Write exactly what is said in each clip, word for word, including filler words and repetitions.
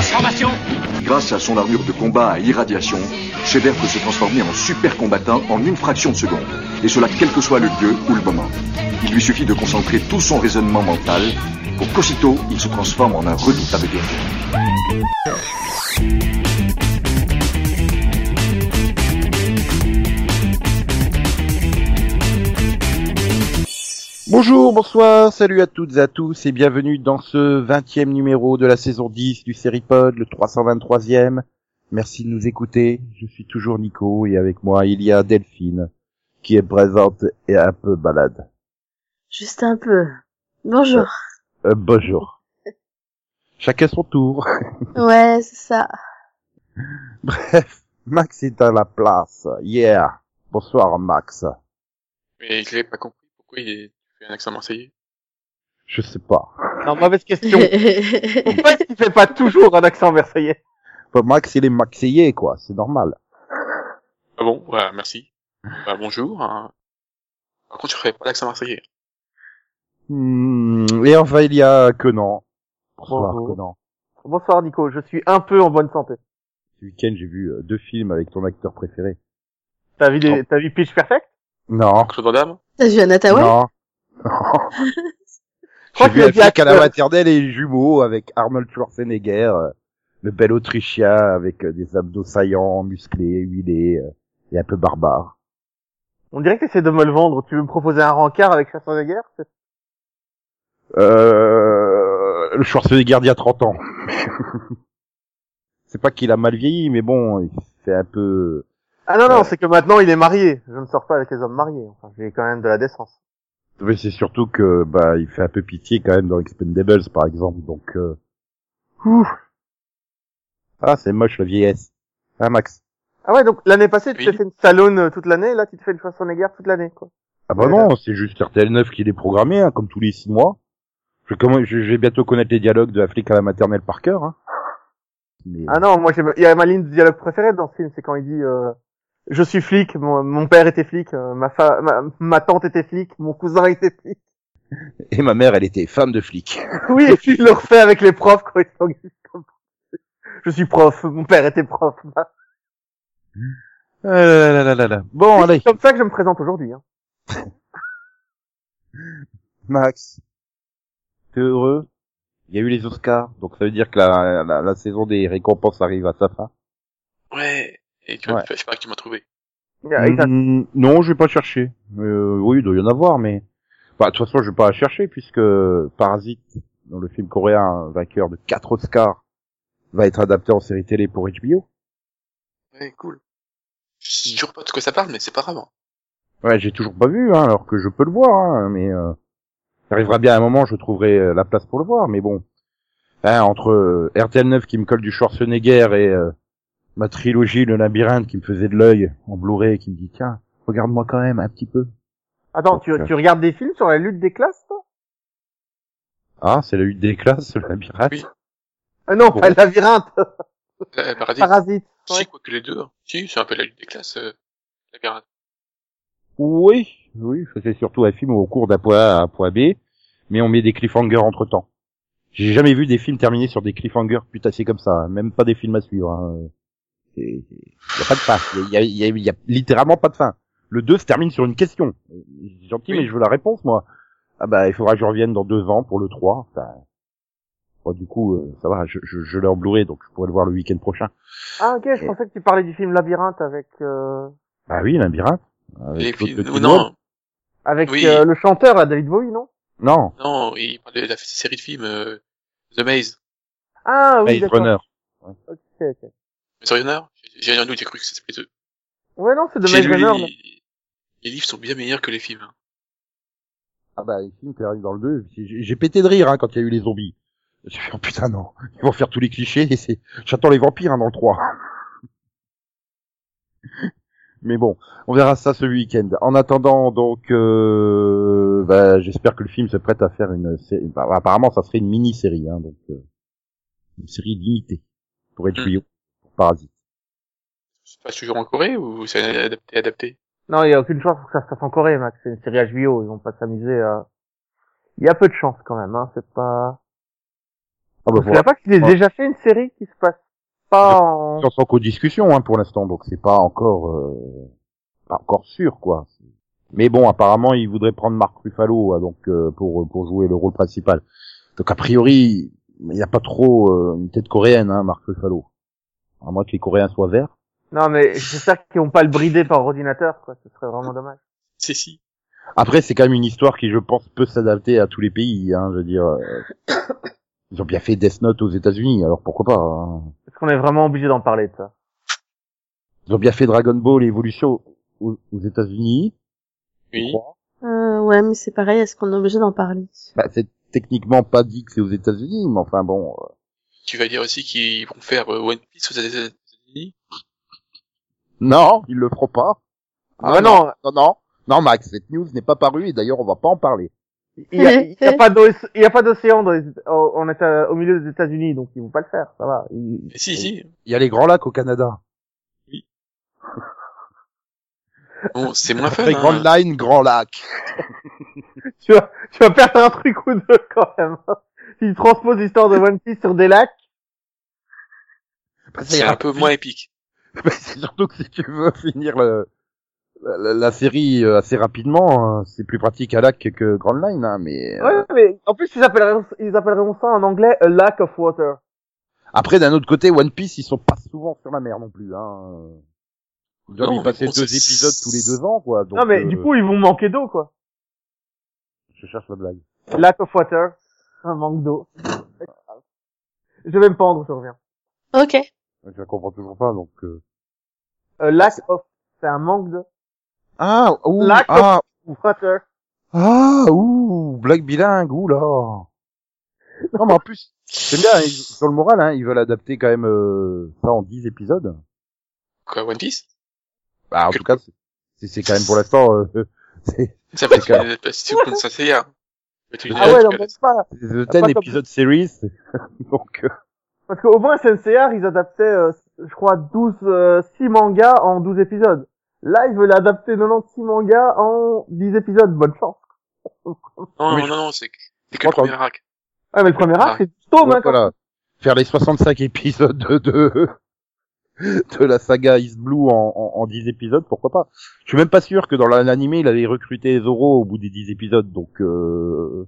Transformation. Grâce à son armure de combat à irradiation, Shredder peut se transformer en super combattant en une fraction de seconde. Et cela quel que soit le lieu ou le moment. Il lui suffit de concentrer tout son raisonnement mental pour qu'aussitôt il se transforme en un redoutable guerrier. Bonjour, bonsoir, salut à toutes et à tous et bienvenue dans ce vingtième numéro de la saison dix du Seripod, le trois cent vingt-troisième. Merci de nous écouter, je suis toujours Nico et avec moi il y a Delphine qui est présente et un peu balade. Juste un peu. Bonjour. Euh, euh, bonjour. Chacun son tour. Ouais, c'est ça. Bref, Max est à la place, yeah. Bonsoir Max. Mais je l'ai pas compris, pourquoi il fait un accent marseillais? Je sais pas. Non, mauvaise question. Pourquoi est-ce qu'il fait pas toujours un accent marseillais? Enfin, Max il est maxillé quoi, c'est normal. Ah bon, ouais, merci. Bah, bonjour. Hein. Par contre, je ferai pas l'accent marseillais. Hmm, et enfin il y a Conan. Bonsoir Bonjour. Conan. Bonsoir Nico, je suis un peu en bonne santé. Ce week-end j'ai vu euh, deux films avec ton acteur préféré. T'as vu des, Oh. t'as vu Pitch Perfect? Non. Claude Van Damme? T'as vu Anataway? Non. Je crois J'ai qu'il vu a un dit flic à la acteur. maternelle et jumeaux avec Arnold Schwarzenegger, euh, le bel Autrichien avec euh, des abdos saillants, musclés, huilés euh, et un peu barbare. On dirait que t'essaies de me le vendre. Tu veux me proposer un rencard avec Schwarzenegger? C'est- Euh, le Schwarzenegger d'il y a trente ans. C'est pas qu'il a mal vieilli, mais bon, il fait un peu... Ah non, non, Ouais. c'est que maintenant il est marié. Je ne sors pas avec les hommes mariés. Enfin, j'ai quand même de la décence. Mais c'est surtout que, bah, il fait un peu pitié quand même dans Expendables, par exemple, donc... Euh... Ouh. Ah, c'est moche, la vieillesse. Hein, Max? Ah ouais, donc l'année passée tu Oui. t'es fait une Stallone euh, toute l'année, là tu te fais une Schwarzenegger toute l'année, quoi. Ah bah non, c'est juste R T L neuf qui est programmé, hein, comme tous les six mois. Je, comment, je, je vais bientôt connaître les dialogues de Affleck à la maternelle par cœur. Hein. Mais... Ah non, moi j'ai, il y a ma ligne de dialogue préférée dans ce film, c'est quand il dit euh, je suis flic, mon, mon père était flic, euh, ma, fa... ma ma tante était flic, mon cousin était flic. Et ma mère, elle était femme de flic. Oui, et puis il le refait avec les profs quand ils sont comme je suis prof, mon père était prof. Ah là là là là là. Bon, C'est allez, comme ça que je me présente aujourd'hui. Hein. Max, t'es heureux? Il y a eu les Oscars, donc ça veut dire que la, la, la saison des récompenses arrive à sa fin. Ouais. Et tu vois, Ouais. j'espère que tu m'as trouvé. Il y a- il a- Mm, non, je vais pas chercher. Euh, oui, il doit y en avoir, mais... Bah, de toute façon, je vais pas la chercher, puisque Parasite, dans le film coréen vainqueur de quatre Oscars, va être adapté en série télé pour H B O. Ouais, cool. Je sais toujours pas de quoi ça parle, mais c'est pas grave. Hein. Ouais, j'ai toujours pas vu, hein, alors que je peux le voir, hein, mais euh, ça arrivera bien à un moment, je trouverai euh, la place pour le voir, mais bon. Hein, entre euh, R T L neuf qui me colle du Schwarzenegger et euh, ma trilogie Le Labyrinthe qui me faisait de l'œil en Blu-ray, qui me dit tiens, regarde-moi quand même un petit peu. Attends, tu, tu regardes des films sur la lutte des classes, toi? Ah, c'est la lutte des classes, Le Labyrinthe. Oui. Ah non, Bon. pas le labyrinthe, Euh, Paradis. Parasite. Si, Ouais. quoi que les deux. Hein. Si, c'est un peu la lutte des classes, euh, la pirate. Oui, oui, ça, c'est surtout un film où au cours d'un point A à un point B, mais on met des cliffhangers entre temps. J'ai jamais vu des films terminés sur des cliffhangers putassiers comme ça, hein, même pas des films à suivre. Hein. C'est- Y a pas de fin, y a, y, a, y, a, y a littéralement pas de fin. Le deux se termine sur une question. C'est gentil, Oui. mais je veux la réponse, moi. Ah bah, il faudra que je revienne dans deux ans pour le trois. Enfin, bon, du coup, euh, ça va, je, je, je l'ai en Blu-ray, donc je pourrais le voir le week-end prochain. Ah ok, je pensais que tu parlais du film Labyrinthe avec euh, Bah oui, Labyrinthe. Avec Les Claude films, Petit ou Doigt. non, avec Oui. euh, le chanteur là, David Bowie, non? Non, non, il parle de la série de films, euh, The Maze. Ah oui, Maze d'accord. Runner. Ok, ok. Maze Runner? J'ai j'ai un doute, j'ai cru que ça s'appelait The. Ouais, non, c'est de J'ai Maze lu Runner. non. les... les livres sont bien meilleurs que les films. Hein. Ah bah, les films qui arrivent dans le deux, j'ai j'ai pété de rire hein, quand il y a eu les zombies. J'ai fait, oh putain non, ils vont faire tous les clichés, et c'est... J'attends les vampires hein, dans le trois. Mais bon, on verra ça ce week-end. En attendant, donc, euh, bah, j'espère que le film se prête à faire une série. Bah, apparemment, ça serait une mini-série, hein, donc euh, une série limitée pour H B O, pour Parasite. Ça se passe toujours en Corée ou c'est adapté, adapté? Non, il y a aucune chance pour que ça se fasse en Corée, Max. C'est une série H B O, ils vont pas s'amuser à... Il y a peu de chance quand même, hein. C'est pas... Ah bah Je savais pas qu'il ait Ouais. déjà fait une série qui se passe pas en... Ils en sont qu'aux discussions hein, pour l'instant, donc c'est pas encore euh, pas encore sûr quoi. Mais bon, apparemment, ils voudraient prendre Mark Ruffalo hein, donc euh, pour pour jouer le rôle principal. Donc a priori, il n'y a pas trop euh, une tête coréenne, hein, Mark Ruffalo. À moins que les Coréens soient verts. Non, mais j'espère qu'ils vont pas le brider par ordinateur, quoi. Ce serait vraiment dommage. C'est si. Après, c'est quand même une histoire qui, je pense, peut s'adapter à tous les pays. Hein, je veux dire, euh, ils ont bien fait Death Note aux États-Unis, alors pourquoi pas hein. Est-ce qu'on est vraiment obligé d'en parler de ça? Ils ont bien fait Dragon Ball Evolution aux, aux États-Unis. je Oui. crois. Euh, ouais, mais c'est pareil, est-ce qu'on est obligé d'en parler? Bah, c'est techniquement pas dit que c'est aux États-Unis, mais enfin bon. euh, Tu vas dire aussi qu'ils vont faire euh, One Piece aux États-Unis. Non, ils le feront pas. Ah bah non, non, non, non, Max, cette news n'est pas parue et d'ailleurs on va pas en parler. il y a, il y a pas d'o- il y a pas d'océan dans les, au- on est à- au milieu des États-Unis, donc ils vont pas le faire, ça va. Ils- Mais si, si. Il y a les Grands Lacs au Canada. Bon, c'est moins fun. Après Hein. Grand Line, Grand Lac. tu vas, tu vas perdre un truc ou deux quand même. S'ils transposent l'histoire de One Piece sur des lacs, Bah, ça C'est ira un peu plus moins épique. Bah, c'est surtout que si tu veux finir le, la, la série euh, assez rapidement, euh, c'est plus pratique à lac que Grand Line, hein, mais euh, ouais, mais en plus ils appelleront, ils appelleront ça en anglais a lack of water. après d'un autre côté, One Piece, ils sont pas souvent sur la mer non plus, hein. Ils doivent Non, y passer mais bon, deux c'est- épisodes tous les deux ans, quoi. Donc, non mais euh, du coup ils vont manquer d'eau, quoi. je cherche la blague. Lack of water, un manque d'eau. Je vais me pendre, je reviens. Ok. Je la comprends toujours pas, donc. Euh... A lack of, c'est un manque de Ah, ouh, Lack of- ah, water. ah, ouh, blague bilingue, ouh là. Non, mais en plus, c'est bien, ils- sur le moral, hein, ils veulent adapter quand même euh, ça en dix épisodes. Quoi, One Piece? Bah, en Que- tout cas, c'est- c'est c'est quand même pour l'instant, euh, c'est Ça va être C'est clair. une adaptation comme ça, c'est hier. Ah ouais, non, même pas. c'est The Pas dix comme- episode series, donc. euh, Parce qu'au moins S N C R, ils adaptaient, euh, je crois, douze, euh, six mangas en douze épisodes. Là, ils veulent adapter quatre-vingt-six mangas en dix épisodes. Bonne chance. Non, Oui, non, je- non, non, c'est que, c'est que Moi, le premier arc. Ouais, mais le premier Ah. arc, c'est du tome, Ouais, hein, quand voilà. Faire les soixante-cinq épisodes de, de, de la saga East Blue en, en, en dix épisodes, pourquoi pas. Je suis même pas sûr que dans l'animé, il avait recruté Zoro au bout des dix épisodes, donc euh...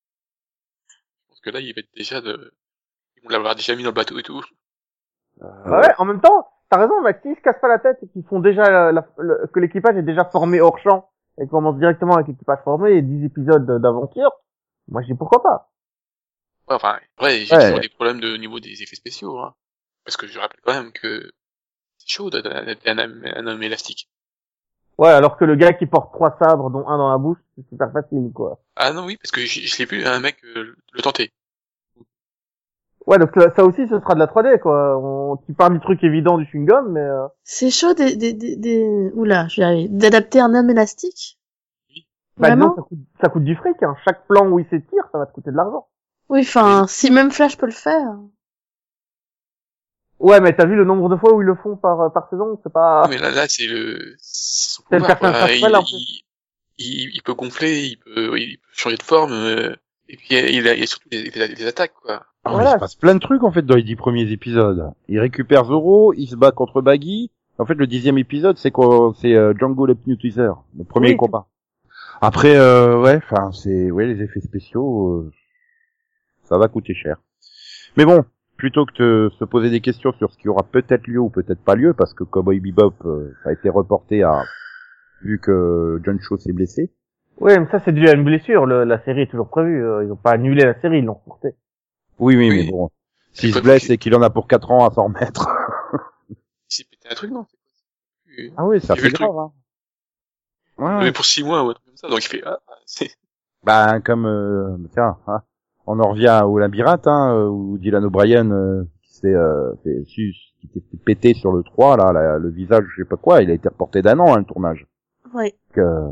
Parce que là, il va être déjà de, ils vont l'avoir déjà mis dans le bateau et tout. Bah ouais, en même temps, t'as raison, Max, s'ils se cassent pas la tête et qu'ils font déjà la, la- le- que l'équipage est déjà formé hors champ et commence directement avec l'équipage formé et dix épisodes d'aventure, moi je dis pourquoi pas. Ouais, enfin, ouais, j'ai Ouais. toujours des problèmes de au niveau des effets spéciaux, hein. Parce que je rappelle quand même que c'est chaud d'adapter un, homme- un homme élastique. Ouais, alors que le gars qui porte trois sabres, dont un dans la bouche, c'est super facile, quoi. Ah non, oui, parce que je, je l'ai vu un mec euh, le tenter. Ouais, donc ça ça aussi, ce sera de la trois D, quoi. On, tu parles du truc évident du chewing-gum, mais... Euh... C'est chaud des, des, des, des... Oula, je vais y arriver. D'adapter un homme élastique? Bah, Vraiment? disons, ça coûte, ça coûte du fric, hein. Chaque plan où il s'étire, ça va te coûter de l'argent. Oui, enfin, si même Flash peut le faire. Ouais, mais t'as vu le nombre de fois où ils le font par, par saison, c'est pas... Mais là, là, c'est le, c'est son C'est le pouvoir, quoi. personnage Il, principal, en plus. il, il, il peut gonfler, il peut, il peut changer de forme, euh, et puis il a, il a surtout des, des, des attaques, quoi. ah, Voilà. il se passe plein de trucs en fait dans les dix premiers épisodes. Il récupère Zoro, il se bat contre Baggy. En fait, le dixième épisode, c'est quoi? C'est euh, Django l'hypnotiseur, le premier Oui. combat. Après, euh, ouais, enfin, c'est, ouais, les effets spéciaux, euh, ça va coûter cher. Mais bon, plutôt que de se poser des questions sur ce qui aura peut-être lieu ou peut-être pas lieu, parce que Cowboy Bebop, euh, ça a été reporté à, vu que John Cho s'est blessé. Ouais, mais ça, c'est dû à une blessure. Le, la série est toujours prévue. Euh, Ils ont pas annulé la série, ils l'ont reportée. Oui, oui, Oui. mais bon, s'il C'est se pas blesse possible. et qu'il en a pour quatre ans à s'en remettre. Il s'est pété un truc, non? C'est- Ah oui, ça J'ai vu fait le truc. grave, hein. Ouais, Mais ouais. pour six mois ou un truc comme ça, donc il fait, ah, c'est, Bah, comme, euh, tiens, hein, on en revient au labyrinthe, hein, euh, où Dylan O'Brien, euh, qui s'est, euh, fait- su- qui s'est fait péter sur le trois, là, la- le visage, je sais pas quoi, il a été reporté d'un an, hein, le tournage. Oui. Donc, euh,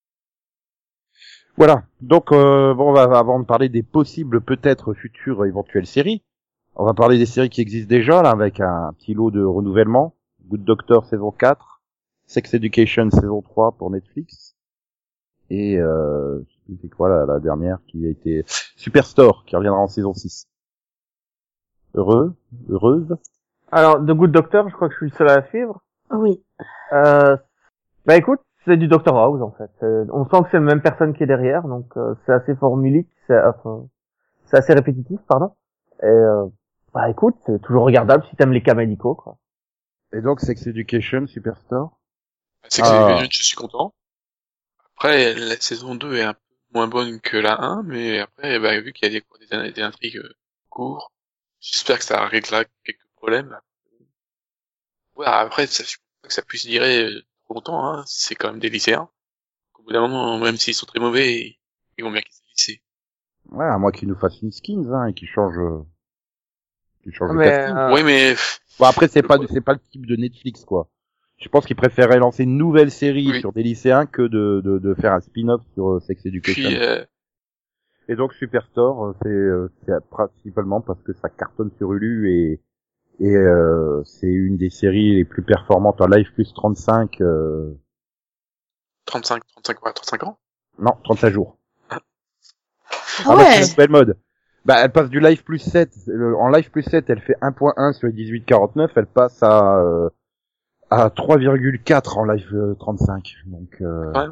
voilà. Donc, euh, bon, on va, avant de parler des possibles, peut-être, futures, éventuelles séries, on va parler des séries qui existent déjà, là, avec un petit lot de renouvellement. Good Doctor saison quatre, Sex Education saison trois pour Netflix, et euh, c'est quoi la, la dernière qui a été Superstore qui reviendra en saison six. Heureux, heureuse. Alors, The Good Doctor, je crois que je suis le seul à la suivre. Oui. Euh, bah écoute, c'est du Doctor House en fait. C'est- on sent que c'est la même personne qui est derrière, donc euh, c'est assez formulique, c'est enfin, c'est assez répétitif, pardon. Et euh, bah écoute, c'est toujours regardable si t'aimes les cas médicaux, quoi. Et donc, Sex Education, Superstore. C'est que Ah. je suis content. Après, la saison deux est un peu moins bonne que la un, mais après, bah, vu qu'il y a des, des, des intrigues euh, courtes, j'espère que ça réglera quelques problèmes. Ouais, après, ça, je pense pas que ça puisse durer euh, trop longtemps, hein. C'est quand même des lycéens. Au bout d'un moment, même s'ils sont très mauvais, ils vont bien quitter le lycée. Ouais, à moins qu'ils nous fassent une skins, hein, et qu'ils changent, euh, qu'ils changent le Mais casting. euh, Oui, mais Bon, après, c'est le- pas, c'est pas le type de Netflix, quoi. Je pense qu'ils préféraient lancer une nouvelle série Oui. sur des lycéens que de, de, de faire un spin-off sur euh, Sex Education. puis, euh, Et donc, Superstore, euh, c'est, euh, c'est principalement parce que ça cartonne sur Hulu et, et euh, c'est une des séries les plus performantes en Live plus trente-cinq, euh, trente-cinq, trente-cinq, ouais, trente-cinq ans. non, trente-cinq jours. Ah bah, ouais. c'est une nouvelle mode. Bah, elle passe du Live plus sept, le- en Live plus sept, elle fait un virgule un sur les dix-huit quarante-neuf, elle passe à, euh, à trois virgule quatre en Live euh, trente-cinq. Donc, euh, Ouais.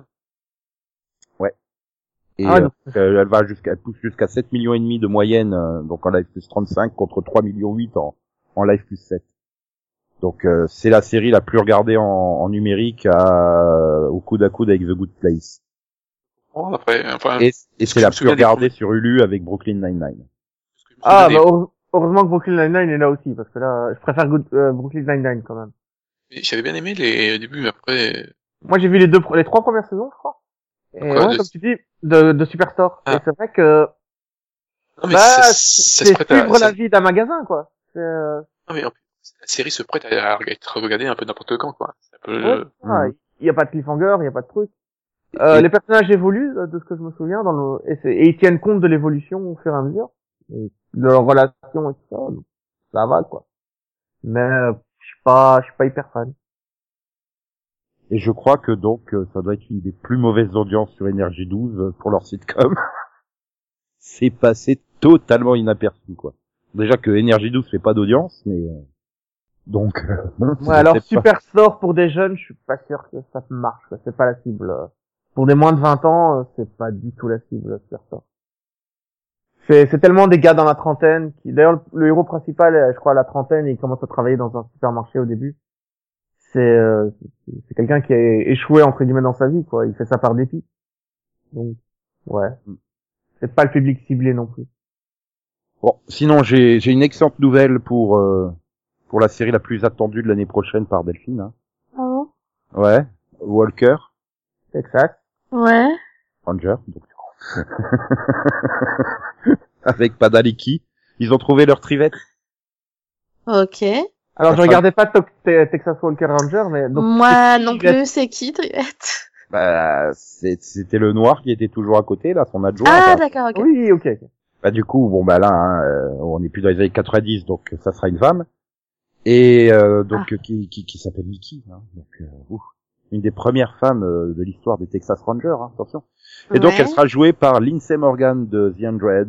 et Ah ouais, donc- euh, elle va jusqu'à, elle pousse jusqu'à sept millions et demi de moyenne, euh, donc en Live plus trente-cinq contre trois millions huit en, en Live plus sept. Donc, euh, c'est la série la plus regardée en, en numérique à, au coude à coude avec The Good Place. Bon, après, enfin, Et, et Parce que c'est je la me plus souviens des regardée premiers- sur Hulu avec Brooklyn Nine-Nine. parce que je me ah souviens bah des- heure- heureusement que Brooklyn Nine-Nine est là aussi, parce que là, je préfère Good, euh, Brooklyn Nine-Nine quand même. j'avais bien aimé les débuts, mais après, Moi j'ai vu les deux, les trois premières saisons, je crois. Et Quoi, ouais, de- comme tu dis, de, de Superstore. Ah. Et c'est vrai que non, mais bah, ça, ça c'est se prête à, suivre ça- la vie d'un magasin, quoi. C'est, euh, non, mais en plus, la série se prête à, à être regardée un peu n'importe quand, quoi. C'est un peu, ouais, euh, ah, Mhm. il y a pas de cliffhanger, il y a pas de truc. Euh, Et- les personnages évoluent, euh, de ce que je me souviens, dans le, et, c'est- et ils tiennent compte de l'évolution au fur et à mesure, et de leur relation et tout ça, donc ça va, quoi. Mais, euh, je suis pas, je suis pas hyper fan. Et je crois que donc, euh, ça doit être une des plus mauvaises audiences sur Énergie douze euh, pour leur sitcom. C'est passé totalement inaperçu, quoi. Déjà que Énergie douze fait pas d'audience, mais, euh, donc, euh, bon, je Ouais, alors sais pas. Superstore pour des jeunes, je suis pas sûr que ça marche, quoi. C'est pas la cible. euh. Pour des moins de vingt ans, euh, c'est pas du tout la cible, Superstore. C'est, c'est tellement des gars dans la trentaine qui, d'ailleurs, le, le héros principal, euh, je crois, à la trentaine, il commence à travailler dans un supermarché au début. C'est, euh, c'est, c'est quelqu'un qui a échoué, entre guillemets, dans sa vie, quoi. Il fait ça par dépit. Donc, ouais. C'est pas le public ciblé non plus. Bon, sinon, j'ai, j'ai une excellente nouvelle pour, euh, pour la série la plus attendue de l'année prochaine par Delphine, hein. Ah bon? Ouais. Walker. Exact. Ouais. Ranger, donc, du coup. Avec Padaliki. Ils ont trouvé leur trivette. Ok. Alors, je Enfin- regardais pas Toc- Te- Texas Walker Ranger, mais donc, Moi non il plus, c'est qui, Trivette? Bah, c'est- c'était le noir qui était toujours à côté, là, son adjoint. Ah, Enfin, d'accord, ok. oui, ok, ok. bah, du coup, bon, bah là, hein, euh, on est plus dans les années quatre-vingt-dix, donc ça sera une femme. Et euh, donc, Ah. euh, qui, qui, qui s'appelle Mickey. Hein, donc, euh, ouf, une des premières femmes euh, de l'histoire des Texas Rangers, hein, attention. Et donc, Ouais. elle sera jouée par Lindsay Morgan de The Hundred.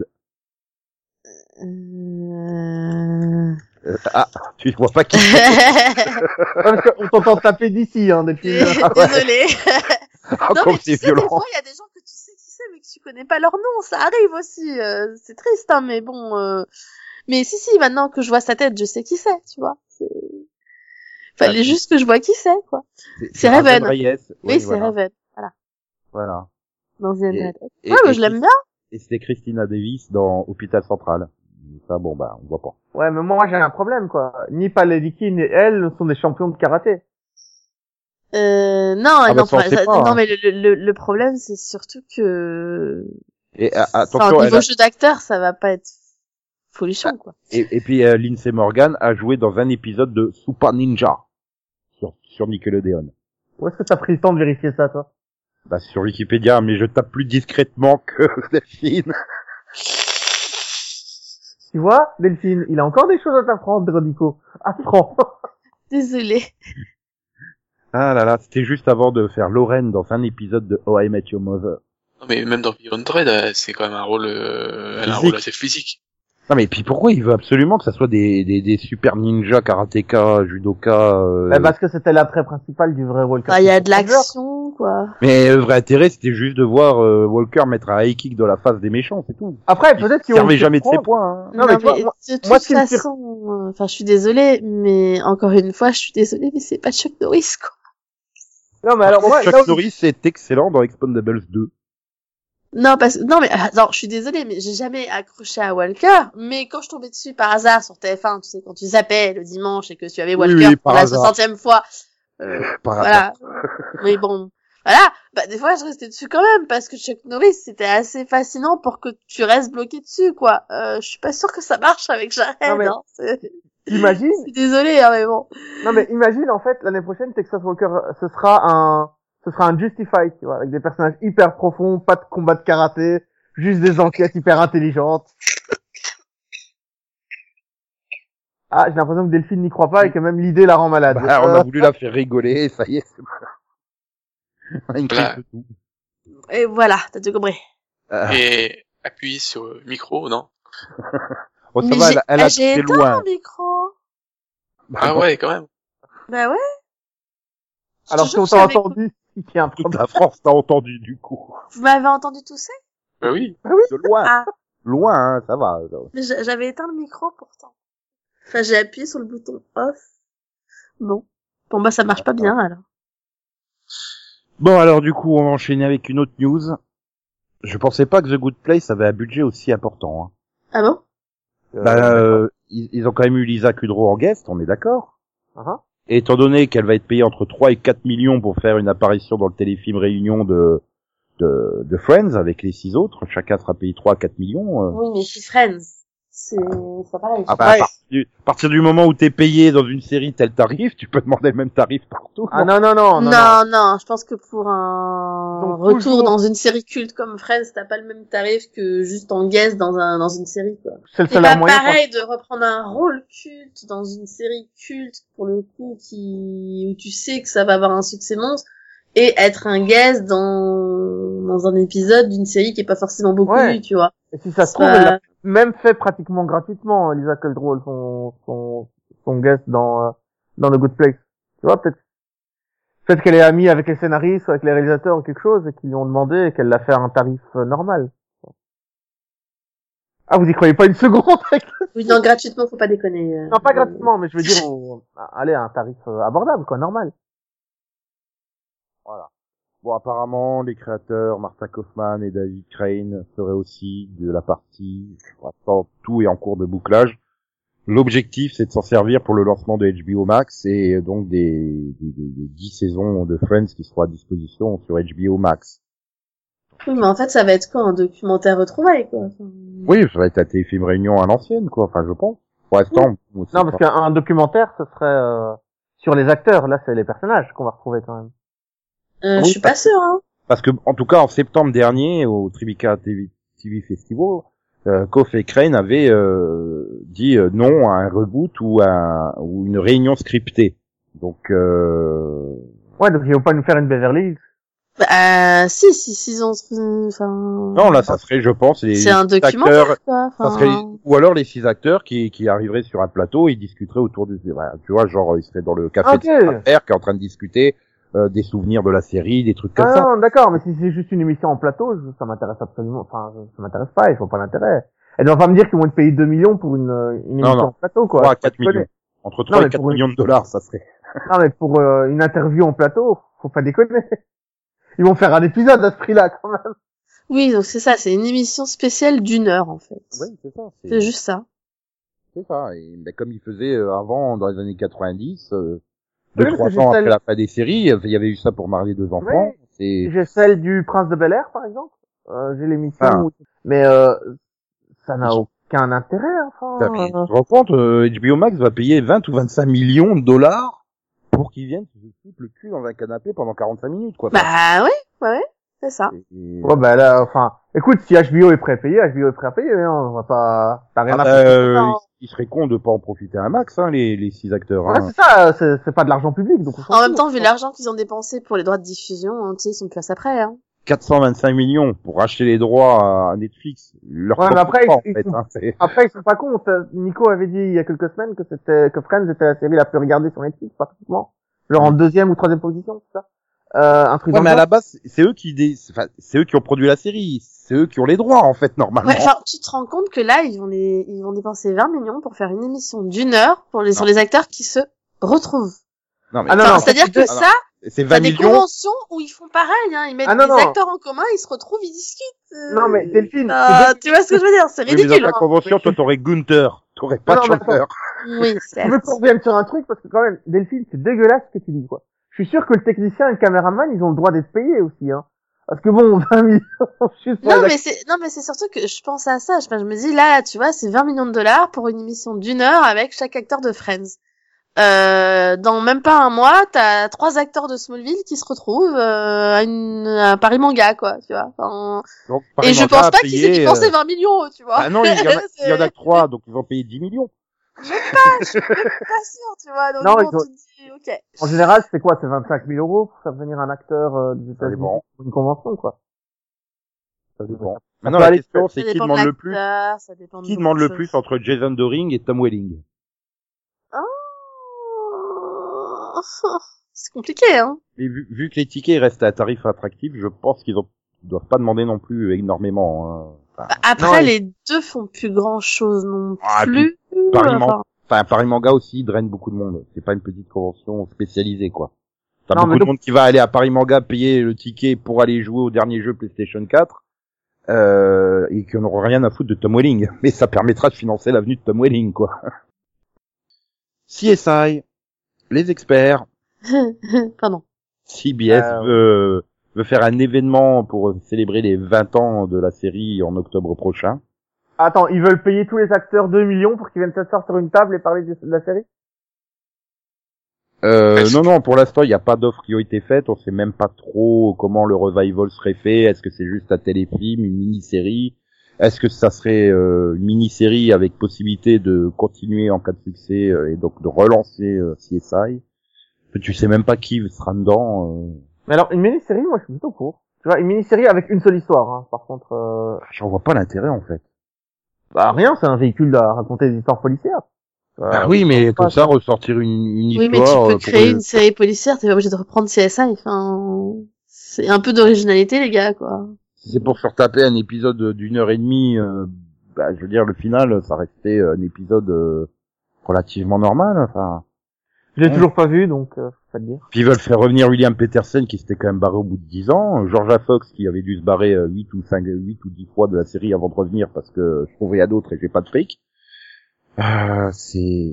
Euh... Euh, ah, tu vois pas qui Ouais, parce qu'on t'entend taper d'ici, hein, depuis. Désolée. Ah, Non, comme mais tu c'est sais, des violent. fois, il y a des gens que tu sais qui c'est, mais que tu connais pas leur nom. Ça arrive aussi. euh, c'est triste, hein, mais bon. Euh... Mais si, si, maintenant que je vois sa tête, je sais qui c'est, tu vois. C'est... Fallait Ah, juste que je vois qui c'est, quoi. C'est Raven Raven. Reyes. Oui, Ouais, c'est voilà. Raven. Voilà. Voilà. Dans The Et- Hundred. Et, Ouais, mais et- je l'aime bien. Et c'était Christina Davis dans Hôpital Central. Ça, bon, bah, on voit pas. Ouais, mais moi, j'ai un problème, quoi. Ni Paladiki, ni elle sont des champions de karaté. Euh, non, bah, non, ça, on pas- sait ça- pas, non, hein. mais le, le, le problème, c'est surtout que, Et a- enfin, attention, elle niveau a- jeu d'acteur, ça va pas être folichon, quoi. et, et puis euh, Lindsay Morgan a joué dans un épisode de Super Ninja sur, sur Nickelodeon. Où est-ce que t'as pris le temps de vérifier ça, toi? Bah, sur Wikipédia, mais je tape plus discrètement que Delphine. Tu vois, Delphine, il a encore des choses à t'apprendre, Rodico. Apprends. Désolée. Ah là là, c'était juste avant de faire Lorraine dans un épisode de How I Met Your Mother. non, mais même dans Beyond Dread, euh, c'est quand même un rôle, euh, elle a un Physique. rôle assez physique. Non mais puis pourquoi il veut absolument que ça soit des des, des super ninjas, karatéka, judoka euh... Bah, parce que c'était l'attrait principal du vrai Walker. Bah, il y a de l'action, quoi. Mais le vrai intérêt c'était juste de voir euh, Walker mettre un high kick dans la face des méchants, c'est tout. Après, peut-être Il qu'ils vont servait le jamais de ses surprendre. points. Hein. Non, mais tu vois, mais moi- de toute moi, ce qui me fait- façon, euh, enfin, je suis désolée, mais encore une fois, je suis désolée, mais c'est pas Chuck Norris, quoi. Non, mais alors, moi, Chuck là où- Norris est excellent dans Expendables deux. Non, parce que, non, mais, attends, je suis désolée, mais j'ai jamais accroché à Walker, mais quand je tombais dessus par hasard sur T F un, tu sais, quand tu zappais le dimanche et que tu avais Oui, Walker oui, pour par la hasard. soixantième fois, euh, Par voilà. Mais bon, voilà, bah, des fois, je restais dessus quand même, parce que Chuck Norris, c'était assez fascinant pour que tu restes bloqué dessus, quoi. Euh, je suis pas sûre que ça marche avec Jared, Non, mais- hein. C'est- Imagine, Je suis désolée, hein, mais bon. non, mais imagine, en fait, l'année prochaine, Texas Walker, ce sera un, ce sera un Justified, tu vois, avec des personnages hyper profonds, pas de combat de karaté, juste des enquêtes hyper intelligentes. Ah, j'ai l'impression que Delphine n'y croit pas et que même l'idée la rend malade. Bah, on a Euh, voulu la faire rigoler, et ça y est, c'est on a une crise Voilà. de tout. Et voilà, t'as tout compris. Ah. Et appuyer sur le micro, non? Bon, ça Mais va, j'ai- elle, elle a ah, j'ai été éteint loin. mon micro. Bah, Ah bon, ouais, quand même. Bah ouais. Je te alors jure qu'on que t'a j'avais- entendu, il y a un toute problème. la France t'a entendu, du coup. Vous m'avez entendu tousser? Bah oui. De loin. Ah. Loin, hein, ça va. ça va. Mais j'a- j'avais éteint le micro pourtant. Enfin, j'ai appuyé sur le bouton off. Bon. Pour moi, ça marche pas bien, alors. Bon, alors, du coup, on va enchaîner avec une autre news. Je pensais pas que The Good Place avait un budget aussi important. Hein. Ah bon? Euh, Bah, euh, ils, ils ont quand même eu Lisa Kudrow en guest, on est d'accord. uh-huh. Et étant donné qu'elle va être payée entre trois et quatre millions pour faire une apparition dans le téléfilm Réunion de, de, de Friends avec les six autres, chacun sera payé trois à quatre millions. euh. Oui, mais c'est Friends. C'est, c'est pas pareil. Ah bah, à, partir du, à partir du moment où t'es payé dans une série tel tarif, tu peux demander le même tarif partout. Ah non, non, non, non, non. non, non, je pense que pour un Donc, retour toujours- dans une série culte comme Friends, t'as pas le même tarif que juste en guest dans un, dans une série, quoi. C'est le C'est salaire pas moyen. pareil de reprendre un rôle culte dans une série culte, pour le coup, qui, où tu sais que ça va avoir un succès monstre, et être un guest dans, dans un épisode d'une série qui est pas forcément beaucoup Ouais. vue, tu vois. Et si ça se C'est trouve, pas- elle l'a même fait pratiquement gratuitement, Lisa Kudrow, son, son, son guest dans, euh, dans The Good Place. Tu vois, peut-être, peut-être qu'elle est amie avec les scénaristes ou avec les réalisateurs ou quelque chose et qu'ils lui ont demandé et qu'elle l'a fait à un tarif euh, normal. Ah, vous y croyez pas une seconde? Oui, non, gratuitement, faut pas déconner. euh. Non, pas gratuitement, mais je veux dire, au, allez, à un tarif euh, abordable, quoi, normal. Voilà. Bon, apparemment, les créateurs, Martha Kaufman et David Crane, seraient aussi de la partie. Pour l'instant, tout est en cours de bouclage. L'objectif, c'est de s'en servir pour le lancement de H B O Max et donc des, des, des, des dix saisons de Friends qui seront à disposition sur H B O Max. Oui, mais en fait, ça va être quoi, un documentaire retrouvailles, quoi. Enfin, Oui, ça va être un téléfilm Réunion à l'ancienne, quoi. Enfin, je pense. Pour l'instant, on sait Non, parce pas. qu'un documentaire, ce serait euh, sur les acteurs. Là, c'est les personnages qu'on va retrouver quand même. Euh, Oui, je suis pas sûre, hein. Parce que, en tout cas, en septembre dernier, au Tribeca T V, T V Festival, euh, Koff et Crane avaient euh, dit euh, non à un reboot ou à ou une réunion scriptée. Donc, euh... Ouais, donc ils vont pas nous faire une Beverly Hills. Bah, si, si, s'ils ont, enfin. non, là, ça serait, je pense, les, C'est un les documentaire, acteurs, quoi. ça Enfin, serait, ou alors les six acteurs qui, qui arriveraient sur un plateau et discuteraient autour du, voilà, tu vois, genre, ils seraient dans le café Ok. de père qui est en train de discuter euh, des souvenirs de la série, des trucs comme Ah ça. non, d'accord, mais si c'est juste une émission en plateau, je- ça m'intéresse absolument, enfin, ça m'intéresse pas, je vois pas l'intérêt. Elle doit pas me dire qu'ils vont être payés deux millions pour une, euh, une Non, émission non. en plateau, quoi. trois à Je quatre connais. millions. Entre Non, trois mais et quatre pour une- millions de dollars, ça serait. Non, mais pour euh, une interview en plateau, faut pas déconner. Ils vont faire un épisode à ce prix-là, quand même. oui, donc c'est ça, c'est une émission spéciale d'une heure, en fait. Oui, c'est ça. C'est juste ça. C'est ça. Et ben, comme ils faisaient euh, avant, dans les années quatre-vingt-dix, euh, Oui, deux, mais trois c'est ans juste après celle- la fin des séries, il y avait eu ça pour marier deux enfants. Oui. C'est... J'ai celle du Prince de Bel-Air, par exemple. Euh, j'ai l'émission Ah. où... Mais euh, ça n'a aucun intérêt, enfin. Tu te rends compte, euh, H B O Max va payer vingt ou vingt-cinq millions de dollars pour qu'ils viennent se foutre le cul dans un canapé pendant quarante-cinq minutes, quoi. Bah, oui, ouais, ouais, c'est ça. Et- et- Ouais, bah là, enfin, écoute, si H B O est prêt à payer, H B O est prêt à payer, hein, on va pas, t'as rien Ah, à faire. euh, Non. il, il serait con de pas en profiter un max, hein, les, les six acteurs. Ouais, Hein. c'est ça, c'est, c'est pas de l'argent public, donc on s'en En fout. même temps, vu l'argent qu'ils ont dépensé pour les droits de diffusion, hein, tu sais, ils sont plus à ça près, hein. quatre cent vingt-cinq millions pour acheter les droits à Netflix. Leur Ouais, mais après, pas, en ils, fait, ils, hein, c'est... après, ils sont pas cons. Nico avait dit il y a quelques semaines que c'était, que Friends était la série la plus regardée sur Netflix, pratiquement. Genre en deuxième ou troisième position, c'est ça? Euh, un truc Ouais, dans mais le à genre. la base, c'est eux qui, dé... enfin, c'est eux qui ont produit la série. C'est eux qui ont les droits, en fait, normalement. Ouais, enfin, tu te rends compte que là, ils vont les, ils vont dépenser vingt millions pour faire une émission d'une heure pour les, sur les acteurs qui se retrouvent. Non, mais Ah, non, Enfin, non, c'est-à-dire que ah, ça, c'est t'as vingt des millions. conventions où ils font pareil, hein. Ils mettent Ah, non, des non. acteurs en commun, ils se retrouvent, ils discutent. euh, Non, mais Delphine, euh, c'est tu vois ce que je veux dire? C'est Oui, mais dans ridicule. ta hein. convention, toi, t'aurais Gunther. T'aurais pas Non, de non, mais chanteur. Oui, Je veux certes. qu'on revienne sur un truc parce que quand même, Delphine, c'est dégueulasse ce que tu dis, quoi. Je suis sûr que le technicien et le caméraman, ils ont le droit d'être payés aussi, hein. Parce que bon, vingt millions, juste pour Non, les mais c'est, non, mais c'est surtout que je pense à ça. Je, enfin, je me dis, là, tu vois, c'est vingt millions de dollars pour une émission d'une heure avec chaque acteur de Friends. Euh, dans même pas un mois, t'as trois acteurs de Smallville qui se retrouvent euh, à, une, à Paris Manga, quoi, tu vois. Enfin, Donc, et je pense pas qu'ils aient dépensé vingt millions, tu vois. Ah non, il y en a, C'est- il y en a que trois, donc ils vont payer dix millions. Même pas, je suis même pas sûre, tu vois. Donc Non, bon, ils ont- tu te dis, ok. En général, c'est quoi? C'est vingt-cinq mille euros pour faire venir un acteur euh, des Ça États-Unis dépend. pour une convention, quoi. Ça dépend. Ça Maintenant, peut la aller- question, Ça c'est qui dépend de demande le plus, l'acteur, ça dépend de qui beaucoup demande de le choses. plus entre Jason Doring et Tom Welling. Oh. C'est compliqué, hein. Mais vu, vu que les tickets restent à tarif attractif, je pense qu'ils ont, ils doivent pas demander non plus énormément, hein. Enfin, Bah, après, Non, les deux font plus grand chose non Ah, plus. Paris, Enfin, Man- enfin, Paris Manga aussi draine beaucoup de monde. C'est pas une petite convention spécialisée, quoi. T'as Non, beaucoup mais de donc- monde qui va aller à Paris Manga payer le ticket pour aller jouer au dernier jeu PlayStation quatre, euh, et qui n'auront rien à foutre de Tom Welling. Mais ça permettra de financer l'avenue de Tom Welling, quoi. C S I, les experts, Pardon. C B S Euh, veut, veut faire un événement pour célébrer les vingt ans de la série en octobre prochain. Attends, ils veulent payer tous les acteurs deux millions pour qu'ils viennent s'asseoir sur une table et parler de de la série? Euh, Est-ce- non, non, pour l'instant, il n'y a pas d'offres qui ont été faites. On sait même pas trop comment le revival serait fait. Est-ce que c'est juste un téléfilm, une mini-série? Est-ce que ça serait euh, une mini-série avec possibilité de continuer en cas de succès euh, et donc de relancer euh, C S I? Tu sais même pas qui sera dedans. Euh... Mais alors, une mini-série, moi, je suis plutôt pour. Tu vois, une mini-série avec une seule histoire, hein. Par contre, euh... J'en vois pas l'intérêt, en fait. bah, rien, c'est un véhicule à raconter des histoires policières. Euh, Bah oui, mais comme pas- ça, ressortir une, une Oui, mais histoire... tu euh, peux pour créer les- une série policière, t'es pas obligé de reprendre C S I. Enfin, c'est un peu d'originalité, les gars, quoi. Si c'est pour se retaper un épisode d'une heure et demie, euh, bah, je veux dire, le final, ça restait un épisode euh, relativement normal, enfin... Je l'ai Ouais. toujours pas vu, donc, euh, faut pas le dire. Puis ils veulent faire revenir William Peterson qui s'était quand même barré au bout de dix ans, Georgia Fox qui avait dû se barrer euh, huit ou cinq, huit ou dix fois de la série avant de revenir parce que je trouvais à d'autres et j'ai pas de fric. Euh, c'est...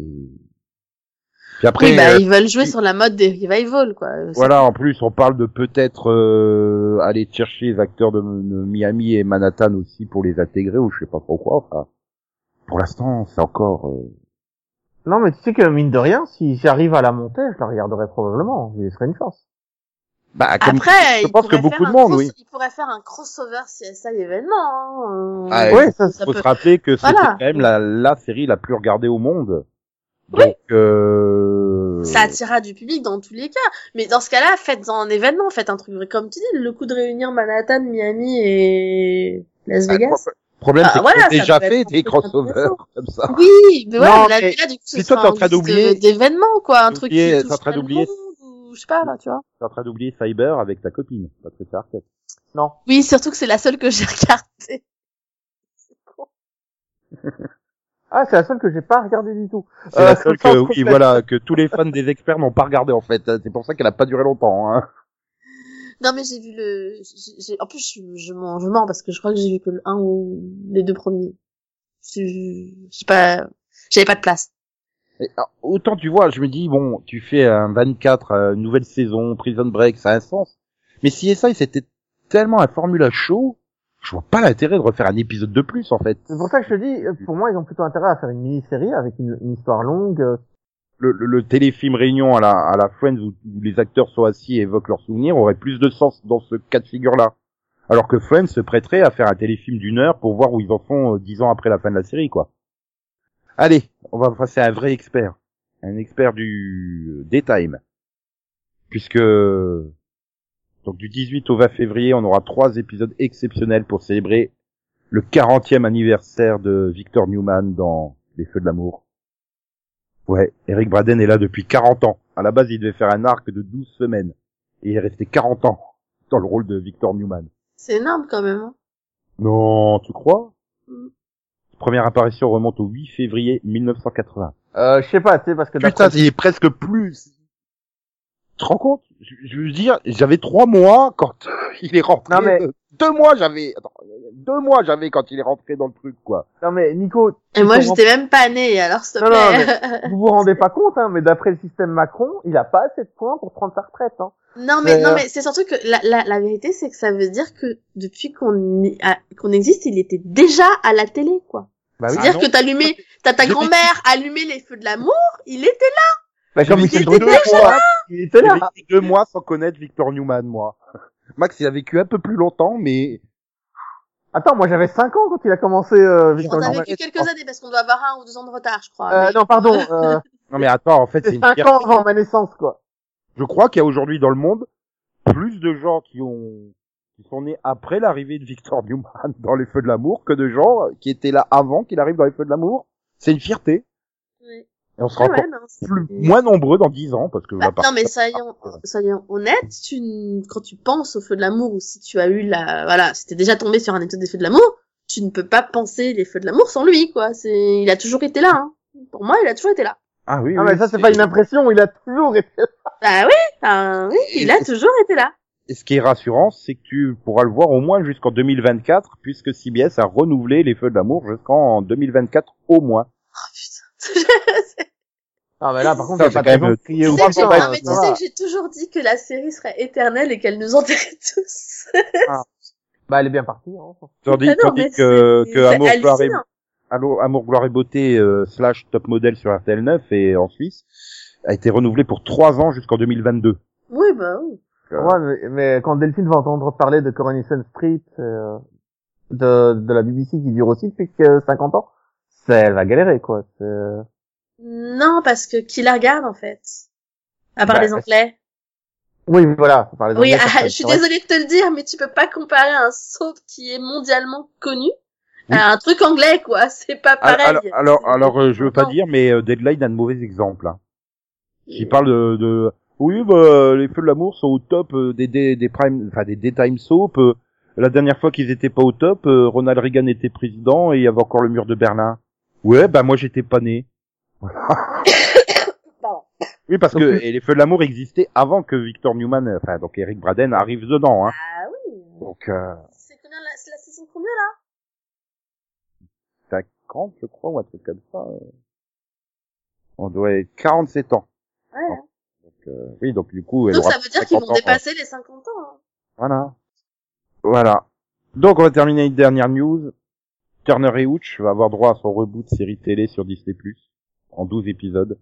Puis après, oui, bah, euh, ils veulent jouer oui. sur la mode des revival, quoi. C'est- voilà, en plus on parle de peut-être euh, aller chercher les acteurs de, de Miami et Manhattan aussi pour les intégrer ou je sais pas trop quoi, enfin... Pour l'instant, c'est encore... euh, Non, mais tu sais que, mine de rien, si j'arrive à la monter, je la regarderai probablement. Je lui laisserai une chance. Bah, comme... Après, je ils pense que pourraient beaucoup faire de un monde, cross- oui. Ils pourraient faire un crossover C S I événement, hein. Ah, Euh, ouais, ça, Il faut peut- se rappeler que c'était Voilà. quand même la, la série la plus regardée au monde. Oui. Donc, euh... Ça attirera du public dans tous les cas. Mais dans ce cas-là, faites un événement, faites un truc, comme tu dis, le coup de réunir Manhattan, Miami et Las Ah, Vegas. Le problème, Ah, c'est voilà, qu'ils ont ça déjà peut fait être un des truc crossovers intéressant. comme ça. Oui, mais voilà, Non, là, mais- là, du coup, ce puis toi, sera t'es en un train liste d'oublier- de- d'événements, quoi, un truc qui d'oublier- t'es en touche train le d'oublier- monde, ou je sais pas, là, tu vois. T'es en train d'oublier Cyber avec ta copine, Patricia Arquette. Non. Oui, surtout que c'est la seule que j'ai regardée. C'est con. Ah, c'est la seule que j'ai pas regardée du tout. C'est Euh, la seule comme ça, que, on oui, complète. voilà, que tous les fans des experts n'ont pas regardé en fait. C'est pour ça qu'elle a pas duré longtemps. Hein. Non, mais j'ai vu le, j'ai, j'ai- en plus, je, je mens, je mens parce que je crois que j'ai vu que le un ou les deux premiers. Je, j'ai pas, j'avais pas de place. Et, alors, autant tu vois, je me dis bon, tu fais un vingt-quatre, euh, une nouvelle saison, Prison Break, ça a un sens. Mais si C S I c'était tellement un formula show, je vois pas l'intérêt de refaire un épisode de plus en fait. C'est pour ça que je te dis, euh, pour moi, ils ont plutôt intérêt à faire une mini-série avec une, une histoire longue. euh, Le, le, le téléfilm réunion à la, à la Friends où, où les acteurs sont assis et évoquent leurs souvenirs aurait plus de sens dans ce cas de figure-là. Alors que Friends se prêterait à faire un téléfilm d'une heure pour voir où ils en sont euh, dix ans après la fin de la série, quoi. Allez, on va passer à un vrai expert. Un expert du euh, daytime. Puisque Donc du dix-huit au vingt février, on aura trois épisodes exceptionnels pour célébrer le quarantième anniversaire de Victor Newman dans Les Feux de l'amour. Ouais, Eric Braeden est là depuis quarante ans. À la base, il devait faire un arc de douze semaines. Et il est resté quarante ans dans le rôle de Victor Newman. C'est énorme quand même. Hein. Non, tu crois? Mm. Première apparition remonte au huit février mille neuf cent quatre-vingts. Euh, je sais pas, tu sais, parce que Putain, il est presque plus. Tu te rends compte? Je, je veux dire, j'avais trois mois quand il est rentré. Non, mais- de- Deux mois j'avais. Attends, deux mois j'avais quand il est rentré dans le truc, quoi. Non mais Nico, Et tu moi, te j'étais même pas née, alors s'il te Non, non, plaît. vous vous rendez pas compte, hein, mais d'après le système Macron, il a pas assez de points pour prendre sa retraite. Hein. Non mais Mais, non euh, mais c'est surtout que la la la vérité c'est que ça veut dire que depuis qu'on y a- qu'on existe, il était déjà à la télé quoi. Bah oui. C'est-à-dire non. que t'allumais, t'as ta Je grand-mère allumé les feux de l'amour, il était là. Bah, comme J'ai Michel vécu Drucker, deux mois. il était J'ai là. vécu deux mois sans connaître Victor Newman, moi. Max, il a vécu un peu plus longtemps, mais Attends, moi j'avais cinq ans quand il a commencé euh, Victor On a Newman. vécu quelques années parce qu'on doit avoir un ou deux ans de retard, je crois. Euh, mais- non, pardon, euh, non, mais attends, en fait, c'est c'est une cinq fierté. ans avant ma naissance, quoi. Je crois qu'il y a aujourd'hui dans le monde plus de gens qui ont qui sont nés après l'arrivée de Victor Newman dans les Feux de l'amour que de gens qui étaient là avant qu'il arrive dans les Feux de l'amour. C'est une fierté. Ouais. Et on sera Ah ouais, encore non, c'est- plus, moins nombreux dans dix ans parce que Bah, on va non mais partir- soyons soyons honnêtes, tu n- quand tu penses au feu de l'amour ou si tu as eu la voilà, si t'es déjà tombé sur un épisode des feux de l'amour, tu ne peux pas penser les feux de l'amour sans lui quoi. C'est il a toujours été là. Hein. Pour moi, il a toujours été là. Ah oui, Non, oui, mais ça c'est pas une impression, il a toujours été là. Bah oui, enfin, oui, il a Et- toujours été là. Et ce qui est rassurant, c'est que tu pourras le voir au moins jusqu'en deux mille vingt-quatre, puisque C B S a renouvelé les Feux de l'amour jusqu'en deux mille vingt-quatre au moins. Oh putain. Ah, mais là, par contre, Ça, il y a c'est pas de quand même raison de crier Tu au sais que j'ai, putain, non, mais tu ça sais va. que j'ai toujours dit que la série serait éternelle et qu'elle nous enterrait tous. Bah, elle est bien partie, hein. Tandis, Ah non, tandis mais que, c'est- que c'est Amour, Gloire et, hallucinant. Allo- Amour, Gloire et Beauté euh, slash Top Model sur R T L neuf et en Suisse a été renouvelé pour trois ans jusqu'en deux mille vingt-deux. Oui, bah oui. Ouais, mais, mais quand Delphine va entendre parler de Coronation Street, euh, de, de la B B C qui dure aussi depuis que cinquante ans, c'est, elle va galérer, quoi. C'est... Non, parce que qui la regarde en fait? À part Bah, les Anglais. Oui, voilà. faut parler Oui, d'anglais, ah, c'est je suis vrai. désolée de te le dire, mais tu peux pas comparer un soap qui est mondialement connu Oui. à un truc anglais, quoi. C'est pas pareil. Alors, alors, C'est- alors, euh, je veux pas Non. dire, mais euh, Deadline a de mauvais exemples. Hein. Il parle de, de oui, bah, les Feux de l'amour sont au top euh, des, des, des prime, enfin des daytime soap. Euh, la dernière fois qu'ils étaient pas au top, euh, Ronald Reagan était président et il y avait encore le mur de Berlin. Ouais, bah moi j'étais pas né. Pardon. Oui, parce que Donc, et les Feux de l'amour existaient avant que Victor Newman, euh, enfin donc Eric Braeden arrive dedans. Hein. Ah oui. Donc euh, C'est combien la, c'est la saison combien là? cinquante, je crois, ou un truc comme ça. euh. On doit être quarante-sept ans. Ouais. hein. Donc, euh, oui, donc du coup, elle Donc aura ça veut dire qu'ils cinquante vont ans, dépasser les cinquante ans. Hein. Voilà. Voilà. Donc, on va terminer une dernière news. Turner et Hooch va avoir droit à son reboot série télé sur Disney plus, en douze épisodes.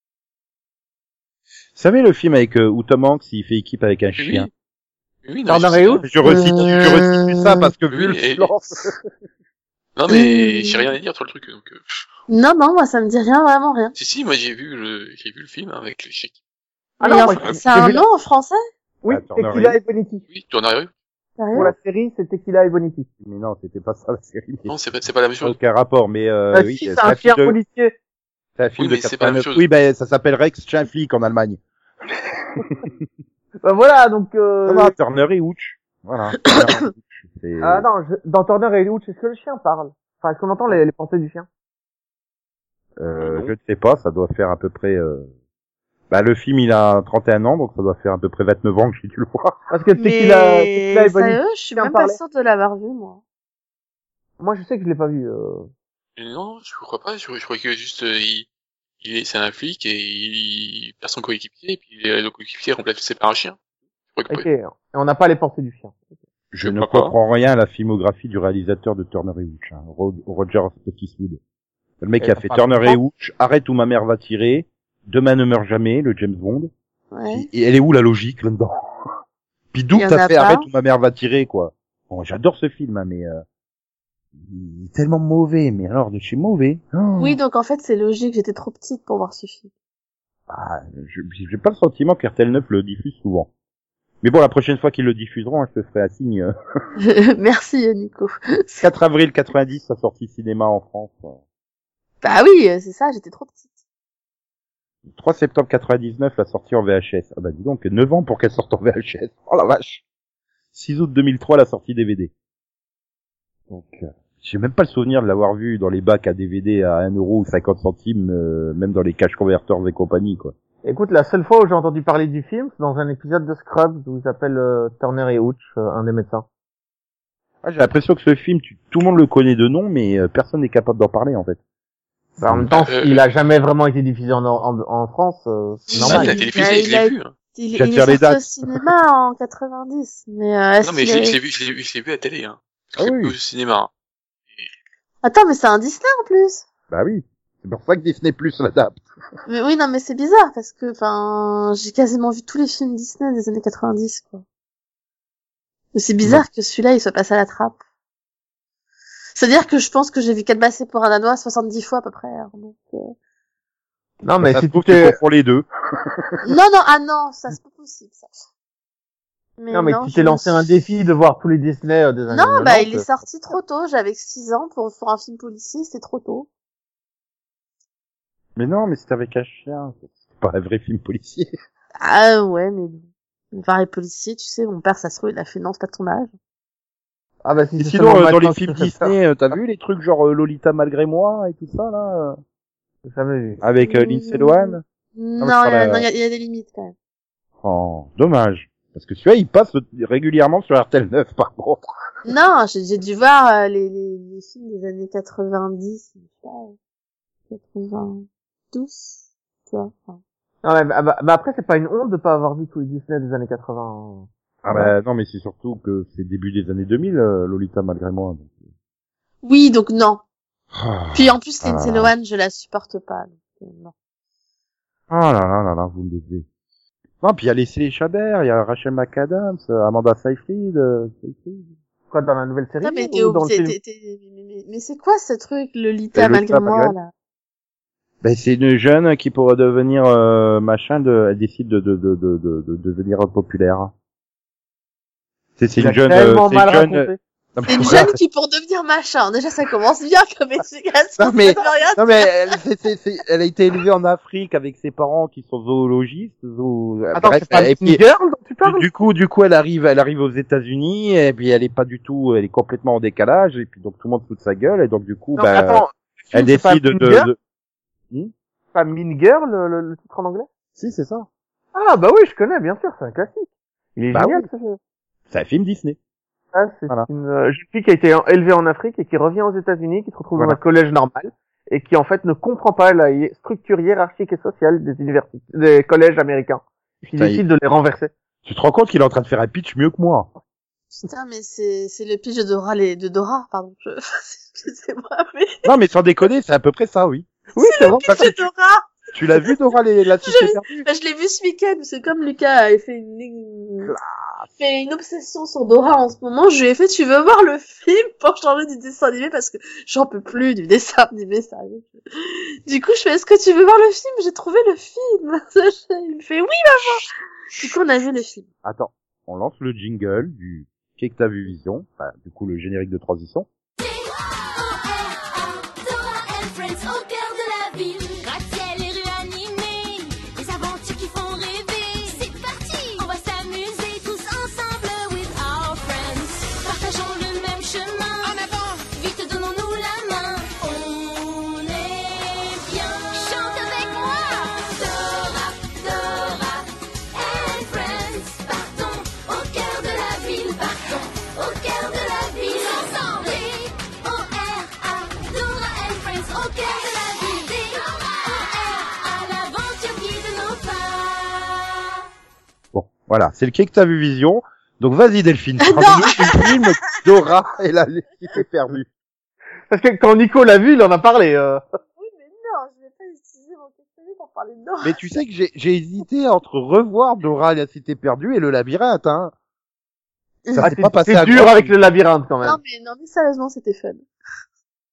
Vous savez le film avec euh, où Tom Hanks, il fait équipe avec un chien. Oui, oui non, Turner je sais et pas. Hooch Je resitue, je resitue ça parce que vu Oui, le et- silence. Non, mais j'ai rien à dire sur le truc, donc, euh, pff. Non, non, moi ça me dit rien, vraiment rien. Si, si, moi j'ai vu le, j'ai vu le film avec le chèque. Ah Mais non, en- moi, j'ai- c'est un j'ai vu nom en français? Oui, Ah, Turner Tequila et- et Bonity. Oui, tu en as vu? Sérieux? Pour la série, c'est Tequila et Bonity. Mais non, c'était pas ça la série. Mais Non, c'est pas, c'est pas la même chose. aucun rapport, mais euh, Ah, oui, si, c'est c'est un un chien film de, policier. c'est un film Oui, de mais c'est pas la même quatre-vingt-neuf. chose. Oui, ben, ça s'appelle Rex, chien flic en Allemagne. Bah voilà, donc, euh... Ça va, Turner et Hooch. Voilà. Turner et Hooch, c'est- Ah non, je... dans Turner et Hooch, est-ce que le chien parle? Enfin, est-ce qu'on entend les, les pensées du chien? Euh, je ne sais pas, ça doit faire à peu près... Euh... Bah, le film, il a trente et un ans, donc ça doit faire à peu près vingt-neuf ans que j'ai dû le voir. Parce que Tequila, Tequila et Bonity, sérieux, je suis Tiens, même pas parlait. sûre de l'avoir vu, moi. moi je sais que je l'ai pas vu. Euh... Non, je crois pas, je, je crois que juste, euh, il, il est, c'est un flic et il perd son coéquipier et puis le coéquipier est remplacé par un chien. Je crois que, Ok, et on n'a pas les pensées du chien. Je, Je ne crois pas. comprends rien à la filmographie du réalisateur de Turner et Hooch, hein, Ro- Roger Spottiswoode. Le mec Et qui a on fait parle Turner pas. et Hooch, Arrête où ma mère va tirer, Demain ne meurt jamais, le James Bond. Ouais. Et elle est où la logique là-dedans? Puis d'où Il y en t'as a fait pas. Arrête où ma mère va tirer, quoi. Bon, j'adore ce film, hein, mais euh, il est tellement mauvais, mais alors de chez mauvais. Oh. Oui, donc en fait, c'est logique, j'étais trop petite pour voir ce film. Ah, je j'ai pas le sentiment qu'R T L neuf le diffuse souvent. Mais bon, la prochaine fois qu'ils le diffuseront, je te ferai un signe. Merci Nico. quatre avril quatre-vingt-dix, sa sortie cinéma en France. Bah oui, c'est ça, j'étais trop petite. trois septembre quatre-vingt-dix-neuf, la sortie en V H S. Ah bah dis donc, neuf ans pour qu'elle sorte en V H S. Oh la vache. six août deux mille trois, la sortie D V D. Donc, euh, j'ai même pas le souvenir de l'avoir vu dans les bacs à D V D à un euro ou cinquante centimes, euh, même dans les cash converters et compagnie, quoi. Écoute, la seule fois où j'ai entendu parler du film, c'est dans un épisode de Scrubs où ils appellent euh, Turner et Hooch, euh, un des médecins. Ah, j'ai l'impression que ce film, tu, tout le monde le connaît de nom, mais euh, personne n'est capable d'en parler, en fait. Bah, en même temps, Euh, il a jamais vraiment été diffusé en, en, en France, euh, c'est Il Ah, normal. il a il été a- diffusé, je il a- l'ai vu. Hein. Il, Je viens il de est faire les sorti au dates. cinéma en quatre-vingt-dix, mais euh, est-ce Non, mais qu'il je l'ai est- je l'ai vu, je l'ai vu, je l'ai vu à télé. Hein. Ah Je l'ai oui. vu au cinéma. Attends, mais c'est un Disney en plus. Bah oui. C'est pour ça que Disney Plus l'adapte. Mais oui, non, mais c'est bizarre parce que, enfin, j'ai quasiment vu tous les films Disney des années quatre-vingt-dix, quoi. Mais c'est bizarre que celui-là, il soit passé à la trappe. C'est-à-dire que je pense que j'ai vu Quatre Bassés pour un Danois soixante-dix fois à peu près. hein, donc, euh... Non, mais ça si se trouve tu que t'es, c'est pour les deux. Non, non, ah non, ça c'est pas possible, ça. Mais non, mais tu je t'es me lancé un suis- défi de voir tous les Disney euh, des années Non, bah quatre-vingt-dix. il est sorti trop tôt. J'avais six ans pour faire un film policier, c'était trop tôt. Mais non, mais c'était avec un chien. C'est pas un vrai film policier. Ah ouais, mais voir les policiers, tu sais, mon père, ça se trouve, il a fait non, c'est pas de ton âge. Ah bah si Et c'est sinon, seulement euh, dans maintenant les que films tu fais ça, Disney, euh, t'as vu les trucs genre euh, Lolita malgré moi et tout ça, là euh, j'ai jamais vu. avec euh, Lindsay Lohan? Non, mais c'est pas il y a- la- non, il y, a- il y a des limites quand même. Oh, dommage. Parce que celui-là, il passe régulièrement sur R T L neuf, par contre. Non, j'ai j'ai dû voir euh, les, les, les films des années quatre-vingt-dix, je sais pas, quatre-vingt-douze, tu vois. Enfin, Non, mais, bah, bah, bah, après, c'est pas une honte de pas avoir vu tous les Disney des années quatre-vingts. Ah bah non, mais c'est surtout que c'est début des années deux mille, euh, Lolita malgré moi. Donc. Oui, donc non. Ah, Puis en plus, Ah. Lindsay Lohan, je la supporte pas. Donc, euh, non. ah là là là là, vous me décevez. Non, puis il y a Leslie Chabert, il y a Rachel McAdams, euh, Amanda Seyfried. Euh, Seyfried. Quoi, dans la nouvelle série Putain, mais ou t'es dans le obligé, film? t'es- t'es- mais, mais, mais c'est quoi ce truc, le Lita Le malgré Lolita moi, malgré- là? Ben c'est une jeune qui pourrait devenir euh, machin, de, elle décide de de de de de, de devenir populaire. C'est c'est Il a une jeune, tellement euh, c'est mal une jeune. raconté. Non, mais C'est une voilà. jeune qui, pour devenir machin, déjà ça commence bien comme explication. Non, mais- ça veut rien Non mais elle, c'est, c'est, c'est, elle a été élevée en Afrique avec ses parents qui sont zoologistes. Zoo... Attends, Bref, c'est pas et une puis, girl dont tu parles? du, du coup, du coup, elle arrive, elle arrive aux États-Unis et puis elle est pas du tout, elle est complètement en décalage et puis donc tout le monde fout de sa gueule et donc du coup, Non, bah, attends. elle c'est pas décide de, Mean Girl de... Hmm Pas Mean Girl, le, le, le titre en anglais? Si, c'est ça. Ah, bah oui, je connais, bien sûr, c'est un classique. Il est Bah génial, oui. ce film. C'est un film Disney. Ah, c'est Voilà. une euh, jeune fille qui a été en- élevée en Afrique et qui revient aux États-Unis, qui se retrouve Voilà. dans un collège normal et qui en fait ne comprend pas la hi- structure hiérarchique et sociale des universités, des collèges américains. Qui Ça y est. décide de les renverser. Tu te rends compte qu'il est en train de faire un pitch mieux que moi. Putain, mais c'est, c'est le pitch de Dora, les, de Dora, pardon, je, excusez-moi, mais Non mais sans déconner, c'est à peu près ça, oui. Oui, c'est vrai. Parce que c'est tu, Dora! tu l'as vu Dora les, la cité perdue? Bah, je l'ai vu ce week-end, parce que comme Lucas a fait une, une, fait une obsession sur Dora en ce moment, je lui ai fait, tu veux voir le film pour changer du dessin animé parce que j'en peux plus du dessin animé, sérieux. Du coup, je fais, est-ce que tu veux voir le film? J'ai trouvé le film. Il me fait, oui, maman. Du coup, on a vu le film. Attends, on lance le jingle du Qu'est-ce que t'as vu Vision, enfin, du coup le générique de transition. Dora and Friends au cœur de la ville. Gratte-ciel et rues animées, des aventures qui font rêver. C'est parti, on va s'amuser tous ensemble with our friends. Partageons le même chemin. En avant, vite donnons-nous la main. On est bien. Chante avec moi. Dora, Dora and Friends. Partons au cœur de la ville. Partons au cœur de la ville ensemble. D O R A, Dora and Friends au cœur de la ville. D O R A, l'aventure guide nos pas. Bon, voilà, c'est le Qu'est-ce que t'as vu Vision. Donc vas-y Delphine, Ah, parle-nous du film Dora et la cité perdue. Parce que quand Nico l'a vu, il en a parlé. Euh... Oui, mais non, je vais pas utiliser mon questionnaire pour parler de Dora. Mais tu sais que j'ai, j'ai hésité entre revoir Dora et la cité perdue et le labyrinthe, hein. Ça Ah, s'est c'est pas passé c'est à dur quoi. avec le labyrinthe quand même. Non, mais, non, mais sérieusement, c'était fun.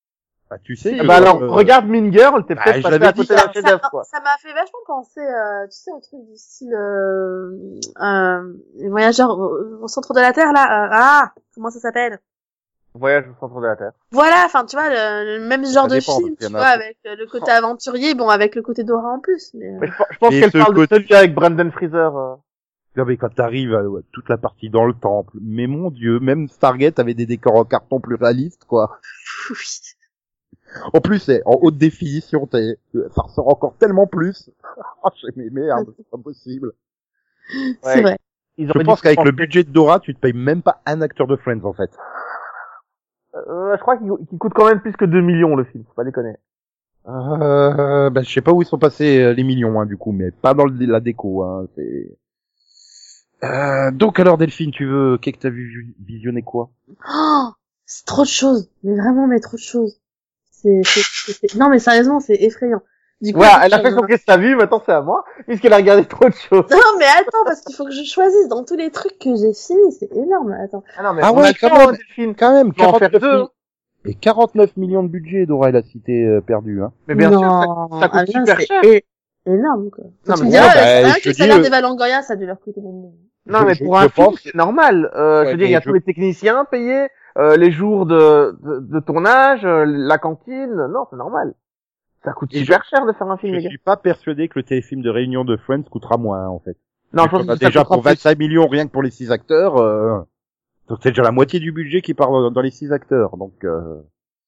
Bah, tu sais. Ah que, bah alors, euh, regarde Mean Girl, t'es bah, peut-être je passé l'avais à côté dit, d'un Ça, chef-d'œuvre, ça, quoi. ça m'a fait vachement penser, euh, tu sais, au truc du style, euh, euh, les voyageurs au, au centre de la Terre, là, euh, ah, comment ça s'appelle? Voyage au centre de la Terre. Voilà, enfin, tu vois, le, le même genre Ça de dépend, film, parce qu'il y tu en a vois, pour- avec euh, le côté aventurier, bon, avec le côté Dora en plus, mais, euh, Mais je, pense- je pense Et qu'elle ce parle côté- de celui avec Brandon Fraser. Euh... Non, mais quand t'arrives à ouais, toute la partie dans le temple, mais mon dieu, même Stargate avait des décors en carton plus réalistes, quoi. oui. En plus, c'est en haute définition, t'es, ça ressort encore tellement plus. Ah, j'ai mais merde, c'est pas possible. C'est Ouais. vrai. Ils Je auraient pense dû qu'avec le penser- budget de Dora, tu te payes même pas un acteur de Friends, en fait. Euh, je crois qu'il qu'il coûte quand même plus que deux millions, le film. Faut pas déconner. Euh, bah, je sais pas où ils sont passés euh, les millions, hein, du coup, mais pas dans le, la déco, hein, c'est... Euh, donc alors Delphine, tu veux, qu'est-ce que t'as vu visionner quoi? Oh, c'est trop de choses, mais vraiment, mais trop de choses. C'est, c'est, c'est, c'est- non, mais sérieusement, c'est effrayant. Du coup, Ouais, attends, elle a fait euh, son qu'est-ce que t'as vu, maintenant c'est à moi, puisqu'elle a regardé trop de choses. Non, mais attends, parce qu'il faut que je choisisse dans tous les trucs que j'ai fini, c'est énorme, attends. Ah non, mais Ah on ouais, a le quand temps, même. hein, Delphine. Quand même, On va en faire quarante-neuf deux. millions. Et quarante-neuf millions de budget, Dora, elle a cité euh, perdu, hein. Mais bien non, sûr, ça, ça coûte ah, non, super c'est cher. é- énorme, quoi. Non, tu mais me ouais, diras, bah, rien je que le dis, salaire euh, d'Eva Longoria, ça a dû leur coûter beaucoup. Non, Je- mais je- pour je un film, pense- c'est normal. Euh, Ouais, je veux dire, il y a mais je- tous les techniciens payés, euh, les jours de, de, de tournage, euh, la cantine. Non, c'est normal. Ça coûte Et super cher de faire un film, Je les gars. suis pas persuadé que le téléfilm de réunion de Friends coûtera moins, en fait. Non, je Vu pense qu'on a que ça déjà coûtera pour plus. vingt-cinq millions rien que pour les six acteurs, euh... donc c'est déjà la moitié du budget qui part dans dans les six acteurs, donc euh...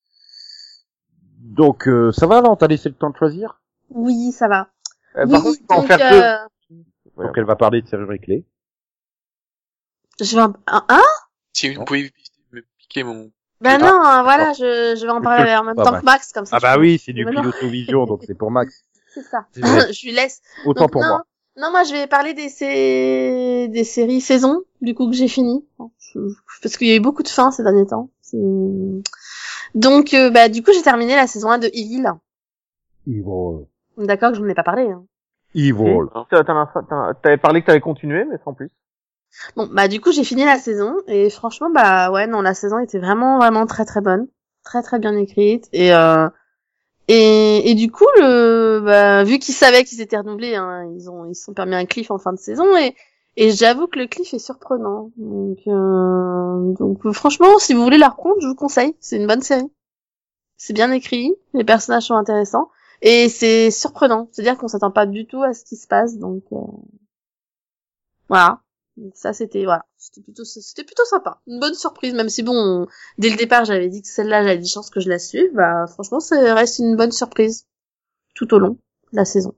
donc euh, ça va là, on t'a laissé le temps de choisir. Oui, ça va. Euh, oui, par contre, il faut en donc, faire deux. euh, Donc elle va parler de Serge Clé. je vais en... un, un Si vous pouvez me piquer mon... Ben Ah, non, hein, voilà, je, je vais en Je parler te le en même pas, temps Max. que Max, comme ça. Ah je bah peux- oui, c'est du Mais non. pilotovision, donc c'est pour Max. C'est ça. C'est vrai. je lui laisse. Autant Donc, pour non, moi. Non, moi, je vais parler des, sé... des séries saisons, du coup, que j'ai fini. Parce qu'il y a eu beaucoup de fins ces derniers temps. C'est- Donc, euh, bah, du coup, j'ai terminé la saison un de Evil. Evil. D'accord que je n'en ai pas parlé, hein. Evil. T'as- t'en as- t'en- T'avais parlé que t'avais continué, mais sans plus. Bon, bah, du coup, j'ai fini la saison, et franchement, bah, ouais, non, la saison était vraiment, vraiment très, très bonne. Très, très bien écrite, et, euh, et, et du coup, le, bah, vu qu'ils savaient qu'ils étaient renouvelés, hein, ils ont, ils se sont permis un cliff en fin de saison, et, et j'avoue que le cliff est surprenant. Donc, euh, donc, franchement, si vous voulez la reprendre, je vous conseille. C'est une bonne série. C'est bien écrit, les personnages sont intéressants, et c'est surprenant. C'est-à-dire qu'on s'attend pas du tout à ce qui se passe, donc, euh, voilà. Donc ça, c'était, voilà. C'était plutôt, c'était plutôt sympa. Une bonne surprise, même si bon, on- dès le départ, j'avais dit que celle-là, j'avais des chances que je la suive, bah, franchement, ça reste une bonne surprise. Tout au long de la saison.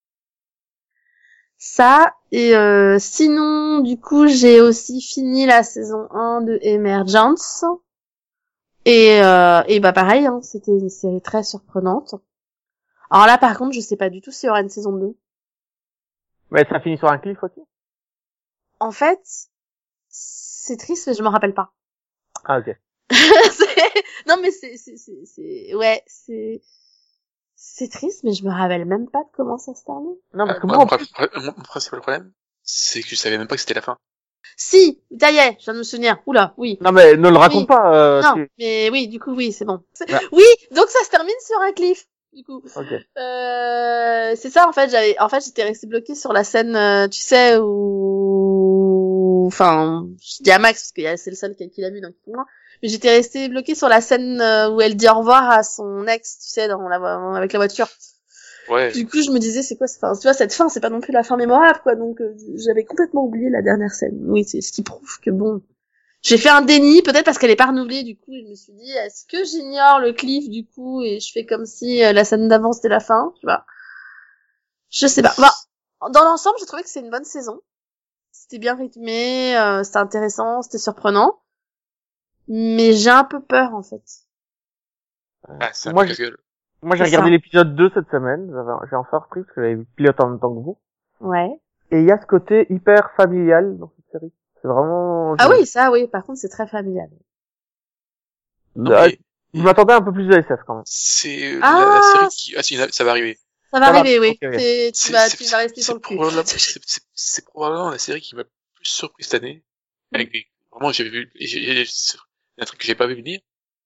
Ça, et euh, sinon, du coup, j'ai aussi fini la saison un de Emergence. Et, euh, et bah pareil, hein, c'était une série très surprenante. Alors là, par contre, je sais pas du tout s'il y aura une saison deux. Ouais, ça finit sur un cliff aussi. En fait, c'est triste, mais je me rappelle pas. Ah, ok. C'est- non, mais c'est, c'est, c'est, c'est, ouais, c'est, c'est triste, mais je me rappelle même pas de comment ça se termine. Non, parce que Euh, moi, mon, en plus, pri- mon principal problème, c'est que je savais même pas que c'était la fin. Si, ça y est, je viens de me souvenir. Oula, oui. non, mais ne le raconte Oui. pas, euh, non, tu- mais oui, du coup, oui, c'est bon. C'est- Ah. Oui, donc ça se termine sur un cliff, du coup. Ok. Euh, c'est ça, en fait, j'avais, en fait, j'étais restée bloquée sur la scène, euh, tu sais, où, enfin, je dis à Max, parce que y a- c'est le seul qui, qui l'a vu, donc, moi. Mais j'étais restée bloquée sur la scène euh, où elle dit au revoir à son ex, tu sais, dans la, vo- avec la voiture. Ouais. Du coup, je me disais, c'est quoi, c'est- enfin, tu vois, cette fin, c'est pas non plus la fin mémorable, quoi, donc, euh, j'avais complètement oublié la dernière scène. Oui, c'est ce qui prouve que bon, j'ai fait un déni, peut-être parce qu'elle est pas renouvelée, du coup, et je me suis dit, est-ce que j'ignore le cliff, du coup, et je fais comme si euh, la scène d'avant c'était la fin, tu vois. Je sais pas. Bah, dans l'ensemble, j'ai trouvé que c'est une bonne saison. C'était bien rythmé, euh, c'était intéressant, c'était surprenant. Mais j'ai un peu peur, en fait. Ah, c'est un Moi, peu je- casse-gueule. moi, j'ai C'est regardé ça. l'épisode deux cette semaine. J'avais- J'ai enfin repris parce que j'avais vu le pilote en même temps que vous. Ouais. Et il y a ce côté hyper familial dans cette série. C'est vraiment... Ah oui, ça, oui, par contre, c'est très familial. Non, Ah, mais je m'attendais un peu plus de S F quand même. c'est euh, Ah. la, la série qui... Ah si, ça va arriver. Ça va Ça va, arriver, oui. ok, ok. C'est- Tu C'est- vas, c'est- tu vas rester c'est sur le cul. probablement- C'est c'est- c'est probablement la série qui m'a le plus surpris cette année. Avec des... Vraiment, j'ai vu... j'ai- j'ai- C'est un truc que j'ai pas vu venir.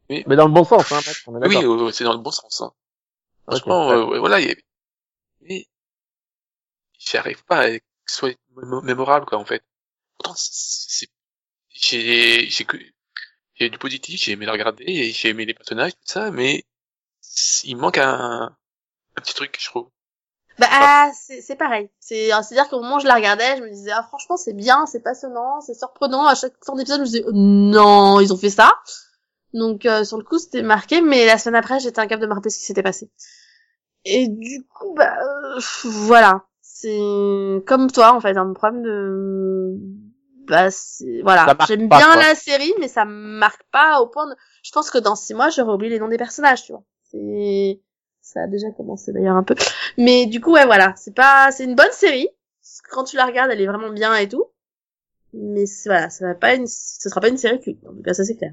Mais, Mais dans le bon sens, hein, mec, on est oui, d'accord. euh, c'est dans le bon sens. Hein. Ok, Franchement, ouais. euh, ouais, voilà, il y a... mais j'y arrive pas à que ce soit mémo- mémorable, quoi, en fait. Pourtant, c'est, c'est... j'ai, j'ai que, j'ai du positif, j'ai aimé le regarder, et j'ai aimé les personnages, tout ça, mais il manque un, un petit truc, je trouve. Bah, ah, c'est, c'est pareil. C'est, c'est-à-dire qu'au moment où je la regardais, je me disais, ah, franchement, c'est bien, c'est passionnant, c'est surprenant. À chaque fin d'épisode, je me disais, oh, non, ils ont fait ça. Donc, euh, sur le coup, c'était marqué, mais la semaine après, j'étais incapable de me rappeler ce qui s'était passé. Et du coup, bah, euh, voilà. C'est comme toi, en fait, un problème de, bah, c'est, Ça voilà. marque J'aime pas, bien quoi. la série, mais ça me marque pas au point de, je pense que dans six mois, j'aurais oublié les noms des personnages, tu vois. C'est, ça a déjà commencé d'ailleurs un peu. Mais du coup, ouais, voilà. C'est pas, c'est une bonne série. Quand tu la regardes, elle est vraiment bien et tout. Mais c'est, voilà, ça va pas une, ce sera pas une série culte. En tout cas, ça c'est clair.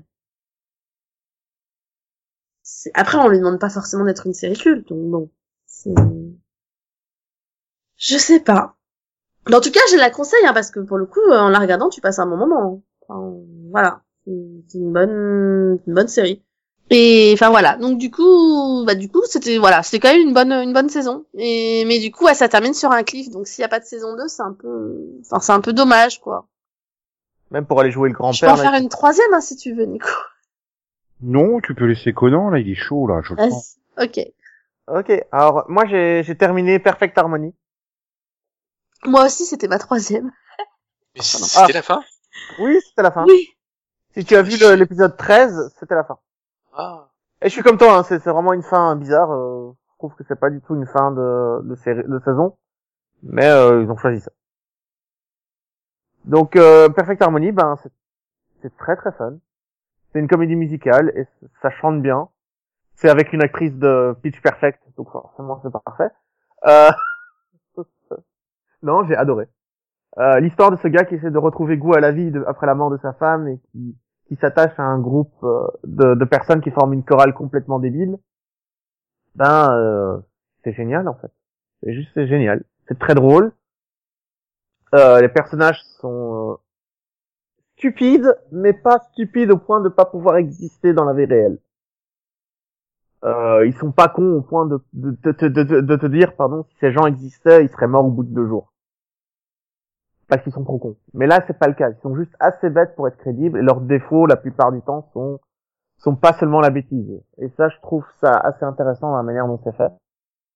C'est... Après, on lui demande pas forcément d'être une série culte, donc bon. C'est... Je sais pas. Mais en tout cas, je la conseille, hein, parce que pour le coup, en la regardant, tu passes un bon moment. Enfin, voilà. C'est une bonne, une bonne série. Et, enfin, voilà. Donc, du coup, bah, du coup, c'était, voilà, c'était quand même une bonne, une bonne saison. Et, mais du coup, ouais, ça termine sur un cliff. Donc, s'il y a pas de saison deux, c'est un peu, enfin, c'est un peu dommage, quoi. Même pour aller jouer le Je peux en grand-père, là, faire une troisième, hein, si tu veux, Nico. Non, tu peux laisser Conan, là, il est chaud, là, je le sens. Ok. Ok, alors moi j'ai j'ai terminé Perfect Harmony. Moi aussi, c'était ma troisième. Mais pardon. c'était Ah. la fin? Oui, c'était la fin. Oui. Si tu as vu le- l'épisode treize, c'était la fin. Ah. Et je suis comme toi, hein, c'est c'est vraiment une fin bizarre. Euh, je trouve que c'est pas du tout une fin de de, série, de saison, mais euh, ils ont choisi ça. Donc euh, Perfect Harmony, ben c'est c'est très très fun. C'est une comédie musicale et ça chante bien. C'est avec une actrice de Pitch Perfect, donc forcément c'est parfait. Euh... non, j'ai adoré. Euh, l'histoire de ce gars qui essaie de retrouver goût à la vie de, après la mort de sa femme et qui, qui s'attache à un groupe euh, de, de personnes qui forment une chorale complètement débile. Ben, euh, c'est génial en fait. C'est juste c'est génial. C'est très drôle. Euh, les personnages sont euh, stupides, mais pas stupides au point de pas pouvoir exister dans la vie réelle. Euh, ils sont pas cons au point de, de, de, de, de, de te dire, pardon, si ces gens existaient, ils seraient morts au bout de deux jours. Parce qu'ils sont trop cons. Mais là, c'est pas le cas. Ils sont juste assez bêtes pour être crédibles, et leurs défauts, la plupart du temps, sont, sont pas seulement la bêtise. Et ça, je trouve ça assez intéressant dans la manière dont c'est fait.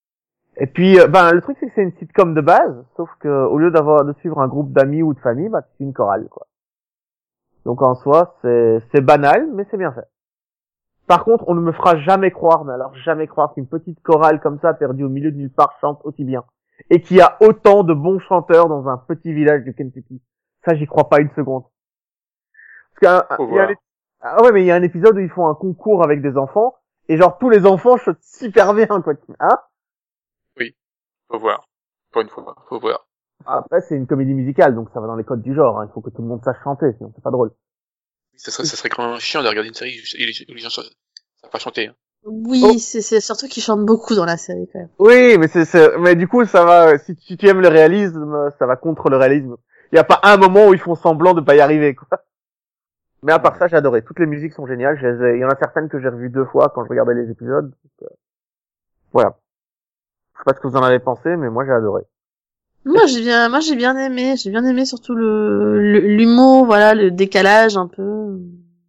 Et puis, euh, ben, le truc, c'est que c'est une sitcom de base, sauf que, au lieu d'avoir, de suivre un groupe d'amis ou de famille, bah, c'est une chorale, quoi. Donc, en soi, c'est, c'est banal, mais c'est bien fait. Par contre, on ne me fera jamais croire, mais alors jamais croire qu'une petite chorale comme ça, perdue au milieu de nulle part, chante aussi bien. Et qu'il y a autant de bons chanteurs dans un petit village du Kentucky. Ça, j'y crois pas une seconde. Parce qu'il y a, un, ah ouais, mais il y a un épisode où ils font un concours avec des enfants, et genre tous les enfants chantent super bien, quoi. Hein? Oui. Faut voir. Pour une fois, faut voir. Après, c'est une comédie musicale, donc ça va dans les codes du genre, hein. Il faut que tout le monde sache chanter, sinon c'est pas drôle. Ça serait, ça serait quand même chiant de regarder une série où les, où les gens savent pas chanter. Hein. Oui, Oh. c'est, c'est surtout qu'ils chantent beaucoup dans la série, quand même. Oui, mais c'est, c'est, mais du coup, ça va, si, si tu aimes le réalisme, ça va contre le réalisme. Il y a pas un moment où ils font semblant de pas y arriver, quoi. Mais à part ça, j'ai adoré. Toutes les musiques sont géniales. Je les ai- Il y en a certaines que j'ai revues deux fois quand je regardais les épisodes. Donc, euh, voilà. Je sais pas ce que vous en avez pensé, mais moi j'ai adoré. Moi, j'ai bien, moi, j'ai bien aimé. J'ai bien aimé surtout le, le- l'humour, voilà, le décalage un peu.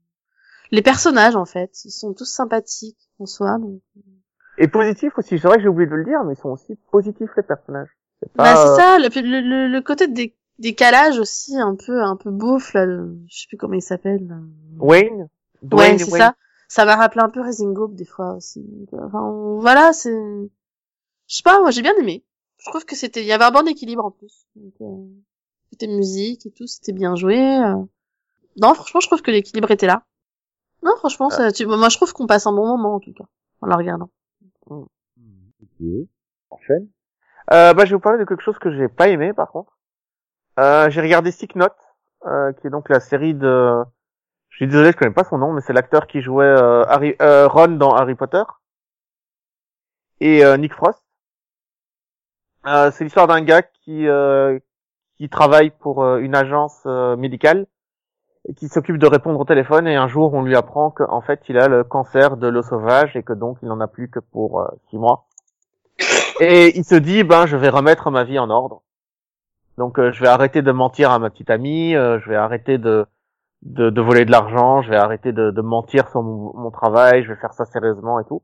Les personnages, en fait, ils sont tous sympathiques en soi. Donc... Et positif aussi. C'est vrai que j'ai oublié de le dire, mais ils sont aussi positifs les personnages. C'est pas, Bah, c'est euh, ça, le, le, le, le côté de dé- décalage aussi, un peu, un peu beauf, là, le- je sais plus comment il s'appelle. là. Wayne. Dwayne Ouais, c'est Wayne. ça. Ça m'a rappelé un peu Raising Hope des fois aussi. Donc, enfin, on- voilà, c'est, je sais pas, moi j'ai bien aimé. Je trouve que c'était, il y avait un bon équilibre en plus. Donc, euh, c'était musique et tout, c'était bien joué. euh. Non, franchement, je trouve que l'équilibre était là. Non, franchement, ça, tu... moi je trouve qu'on passe un bon moment en tout cas, en la regardant. Ok. Enchaîne. Euh, bah, je vais vous parler de quelque chose que j'ai pas aimé, par contre. Euh, j'ai regardé Sick Note, euh, qui est donc la série de, je suis désolé, je connais pas son nom, mais c'est l'acteur qui jouait euh, Harry, euh, Ron dans Harry Potter et euh, Nick Frost. Euh, c'est l'histoire d'un gars qui euh, qui travaille pour euh, une agence euh, médicale et qui s'occupe de répondre au téléphone, et un jour on lui apprend qu'en fait il a le cancer de l'os sauvage et que donc il n'en a plus que pour euh, six mois. Et il se dit, ben je vais remettre ma vie en ordre. Donc euh, je vais arrêter de mentir à ma petite amie, euh, je vais arrêter de, de de voler de l'argent, je vais arrêter de, de mentir sur mon, mon travail, je vais faire ça sérieusement et tout.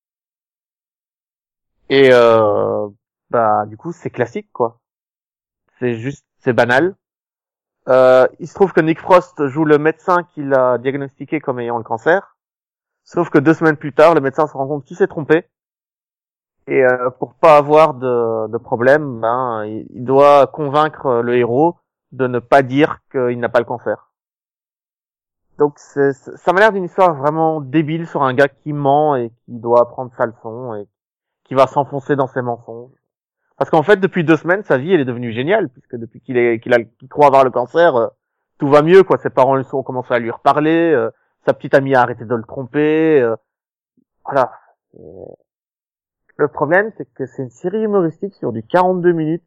Et euh, bah du coup c'est classique quoi. C'est juste, c'est banal. Euh, il se trouve que Nick Frost joue le médecin qui l'a diagnostiqué comme ayant le cancer. Sauf que deux semaines plus tard, le médecin se rend compte qu'il s'est trompé. Et euh, pour pas avoir de, de problème, ben il, il doit convaincre le héros de ne pas dire qu'il n'a pas le cancer. Donc c'est, ça m'a l'air d'une histoire vraiment débile sur un gars qui ment et qui doit apprendre sa leçon et qui va s'enfoncer dans ses mensonges. Parce qu'en fait, depuis deux semaines, sa vie, elle est devenue géniale, puisque depuis qu'il est, qu'il a, qu'il croit avoir le cancer, euh, tout va mieux, quoi. Ses parents le sont, ont commencé à lui reparler, euh, sa petite amie a arrêté de le tromper, euh, voilà. Euh, le problème, c'est que c'est une série humoristique sur du quarante-deux minutes,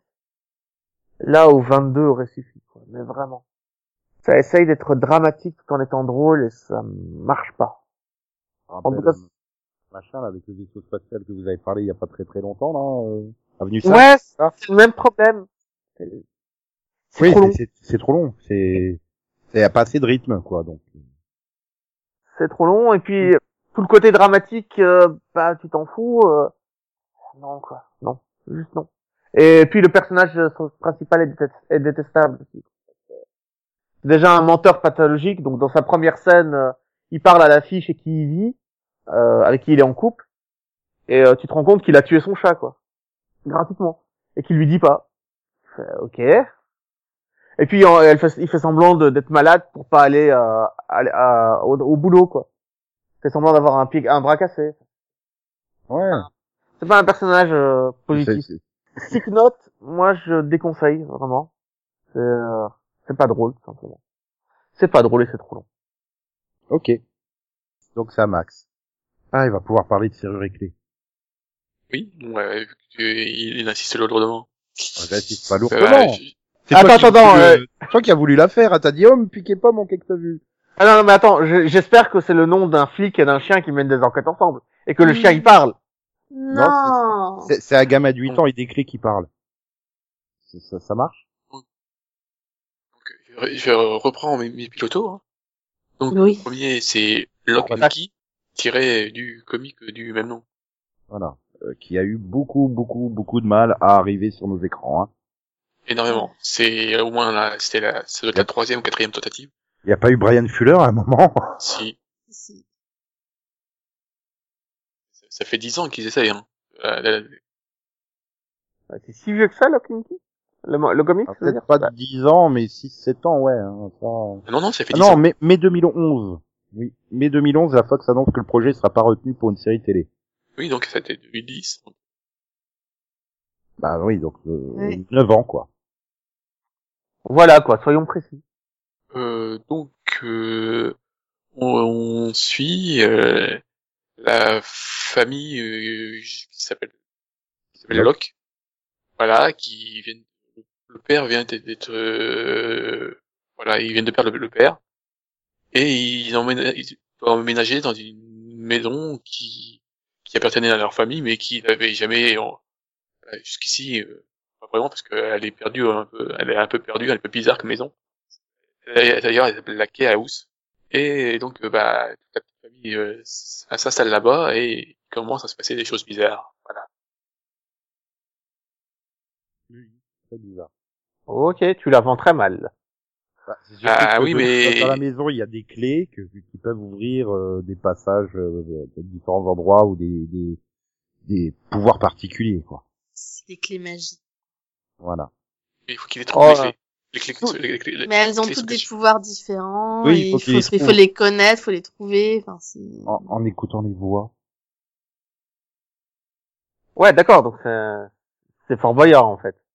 là où vingt-deux aurait suffi, quoi. Mais vraiment. Ça essaye d'être dramatique tout en étant drôle et ça marche pas. En tout cas, machin, là, avec le vaisseau spatial que vous avez parlé il y a pas très très longtemps, là, euh... Avenue ça, ouais, ça. C'est le même problème. C'est, c'est oui, trop long. C'est, c'est, c'est trop long. C'est, il y a pas assez de rythme, quoi, donc. C'est trop long, et puis, tout le côté dramatique, euh, bah, tu t'en fous, euh, non, quoi. Non. Juste non. Et puis, le personnage principal est, détest- est détestable aussi. C'est déjà un menteur pathologique, donc dans sa première scène, euh, il parle à la fille chez qui il vit, euh, avec qui il est en couple, et euh, tu te rends compte qu'il a tué son chat, quoi. Gratuitement, et qu'il lui dit pas. Euh, ok. Et puis en, elle fait, il fait semblant de, d'être malade pour pas aller, euh, aller à, au, au boulot, quoi. Il fait semblant d'avoir un pied, un bras cassé. Ouais. C'est pas un personnage euh, positif. C'est, c'est... Sick Note, moi je déconseille vraiment. C'est, euh, c'est pas drôle, tout simplement. C'est pas drôle et c'est trop long. Ok. Donc c'est à Max. Ah, il va pouvoir parler de serrure et clés. Oui, ouais, vu qu'il il insiste lourdement. Ah, j'insiste pas lourdement. Euh, je- C'est Attends, toi qui- attends, qui euh... le- toi qui as voulu la faire, hein, t'as dit, oh, me piquez pas mon quai que t'as vu. Ah non, non mais attends, je- j'espère que c'est le nom d'un flic et d'un chien qui mènent des enquêtes ensemble. Et que le chien il parle. Non. C'est, c'est un gamin de huit ans, il décrit qu'il parle. Ça, ça, ça marche? Donc, je reprends mes, mes pilotos. Hein. Donc, Oui. le premier, c'est Lock and Key, tiré du comique du même nom. Voilà. Euh, qui a eu beaucoup, beaucoup, beaucoup de mal à arriver sur nos écrans, hein. Énormément. C'est au moins la, c'était la, ça doit être la troisième ou quatrième tentative. Il y a pas eu Brian Fuller à un moment? Si. Si. Ça, ça fait dix ans qu'ils essayent, hein. Euh, la- la- Ouais, c'est si vieux que ça, Lock and Key? Le, mo- le comic, Ah, je veux peut-être dire. pas dix ans, mais six sept ans, ouais. Hein, ça... Non, non, ça fait Ah dix non, ans. mai, mai deux mille onze. Oui, mai deux mille onze, la Fox annonce que le projet sera pas retenu pour une série télé. Oui, donc ça a été deux mille dix. Bah oui, donc euh, Oui. neuf ans, quoi. Voilà, quoi, soyons précis. Euh, donc, euh, on, on suit euh, la famille euh, qui s'appelle qui s'appelle Locke. Locke. Voilà, qui vient. Le père vient d'être, euh, voilà, ils viennent de perdre le, le père et ils emménagent, ils doivent emménager dans une maison qui qui appartenait à leur famille, mais qui n'avait jamais euh, jusqu'ici, euh, pas vraiment, parce qu'elle est perdue un peu, elle est un peu perdue, elle est un peu bizarre comme maison. D'ailleurs, elle s'appelle la Key House. Et donc, euh, bah, toute la petite famille euh, s'installe là-bas et il commence à se passer des choses bizarres. Voilà. Oui, c'est bizarre. Ok, tu la vends très mal. Bah, c'est surtout Ah que oui, de- mais- dans la maison, il y a des clés que, qui peuvent ouvrir euh, des passages euh, de différents endroits ou des, des, des pouvoirs particuliers, quoi. C'est des clés magiques. Voilà. Il faut qu'il les trouve, Oh les là. clés. Les clés, les, les, les, les, Mais elles ont les toutes clés des sont- pouvoirs différents. Oui, et il faut il qu'ils faut, les il faut trouvent. les connaître, faut les trouver. Enfin, c'est... En, en écoutant les voix. Ouais, d'accord, donc c'est, c'est Fort Boyard, en fait.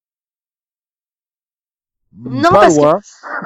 Non, pas parce que- loin.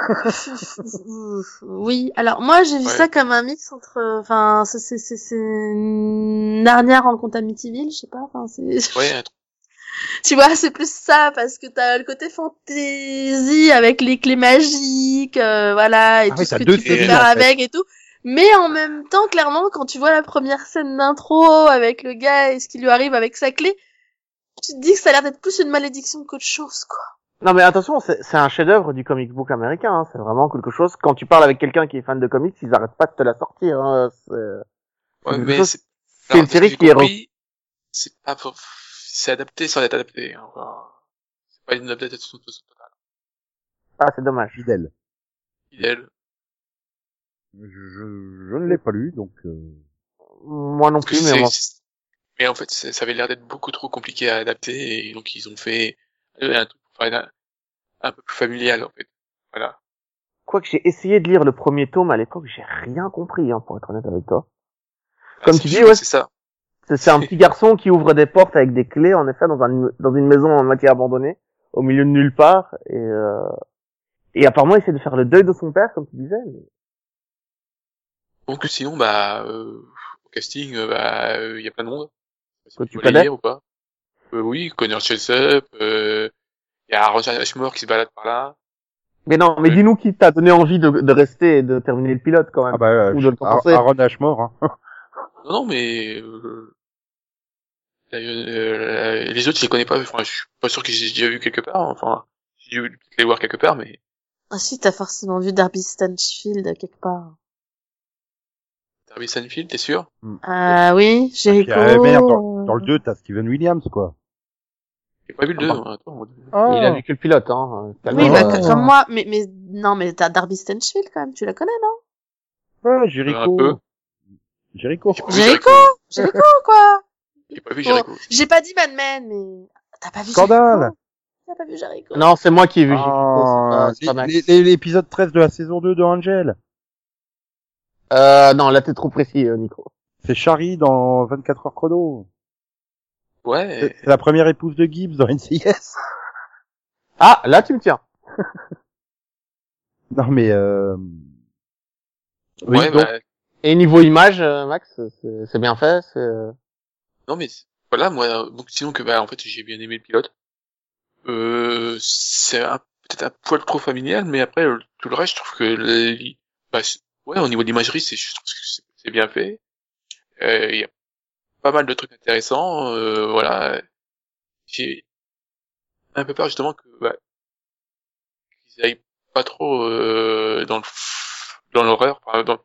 Oui, alors moi j'ai vu Ouais. ça comme un mix entre, enfin, c'est c'est c'est c'est Narnia rencontre Amityville, je sais pas, enfin c'est. Ouais, un truc. Tu vois, c'est plus ça, parce que t'as le côté fantaisie avec les clés magiques, euh, voilà, et Ah tout oui, ce t'as que deux tu peux séries, faire en fait. avec et tout. Mais en même temps, clairement, quand tu vois la première scène d'intro avec le gars et ce qui lui arrive avec sa clé, tu te dis que ça a l'air d'être plus une malédiction qu'autre chose, quoi. Non mais attention, c'est, c'est un chef-d'œuvre du comic book américain, hein. C'est vraiment quelque chose, quand tu parles avec quelqu'un qui est fan de comics, ils arrêtent pas de te la sortir, hein. C'est, c'est Ouais, quelque mais chose- c'est, c'est alors, une de ce que série j'ai qui est compris, c'est pas pour, c'est adapté sans être adapté, hein. Enfin, c'est pas une adaptation totale. Ah, c'est dommage. Fidèle. Fidèle. Je, je, je ne l'ai pas lu, donc... Euh... Moi non Parce que plus, mais c'est- moi... c'est- mais en fait, c'est- ça avait l'air d'être beaucoup trop compliqué à adapter, et donc ils ont fait euh, un truc pour faire un, un peu plus familial, en fait. Voilà. Quoique j'ai essayé de lire le premier tome à l'époque, j'ai rien compris, hein, pour être honnête avec toi. Ah, Comme c'est- tu je dis, crois ouais. que c'est ça. C'est, c'est un petit garçon qui ouvre des portes avec des clés, en effet, dans, un, dans une maison en moitié abandonnée, au milieu de nulle part, et, euh, et apparemment il essaie de faire le deuil de son père, comme tu disais. Mais... Donc sinon, bah, euh, au casting, euh, bah, il euh, y a plein de monde. Je sais Que pas si tu vous voulez connais lire ou pas. Euh, oui, Connor Jessup, euh, il y a Roger Ashmore qui se balade par là. Mais non, mais Oui. dis-nous qui t'a donné envie de, de rester et de terminer le pilote, quand même. Ah bah, euh, Ou de le Ar- commencer. Aaron Ashmore, hein. Non, non, mais euh, euh, euh, les autres, je les connais pas. Enfin, je suis pas sûr que j'ai déjà vu quelque part. Enfin, j'ai dû les voir quelque part, mais Ah si, t'as forcément vu Darby Stanfield quelque part. Darby Stanfield, t'es sûr? Ah oui, Puis, Jericho. euh, merde, dans, dans le deux, t'as Steven Williams, quoi. J'ai pas vu le deux. Ah, hein, attends. Ah. Il a vu que le pilote, hein. Oui, Oh. bah, co- comme moi, mais, mais, non, mais t'as Darby Stanfield quand même, tu la connais, non? Ouais, Un peu. Jericho. Jericho. J'ai pas vu Jericho! Jericho, quoi! J'ai pas vu Bon, Jericho. j'ai pas dit Mad Men, mais t'as pas vu Scandale. Jericho? T'as pas vu Jericho? Non, c'est moi qui ai vu Jericho, Ah, c'est pas, c'est pas Max. les- les- L'épisode treize de la saison deux de Angel. Euh, non, là t'es trop précis, euh, Nico. C'est Shari dans vingt-quatre heures chrono. Ouais. C'est c'est la première épouse de Gibbs dans N C I S. Ah, là tu me tiens. Non mais euh... oui, ouais, donc, bah, Et niveau image, euh, Max, c'est, c'est bien fait, c'est... non, mais c'est- voilà, moi, donc sinon que bah en fait j'ai bien aimé le pilote. Euh, c'est un- peut-être un poil trop familial, mais après euh, tout le reste, je trouve que les- bah, c'est- ouais, au niveau de l'imagerie, c'est je trouve que c'est c'est bien fait. Euh, Il y a pas mal de trucs intéressants. Euh, voilà, j'ai un peu peur justement que bah, qu'ils aillent pas trop euh, dans le dans l'horreur. Enfin, dans...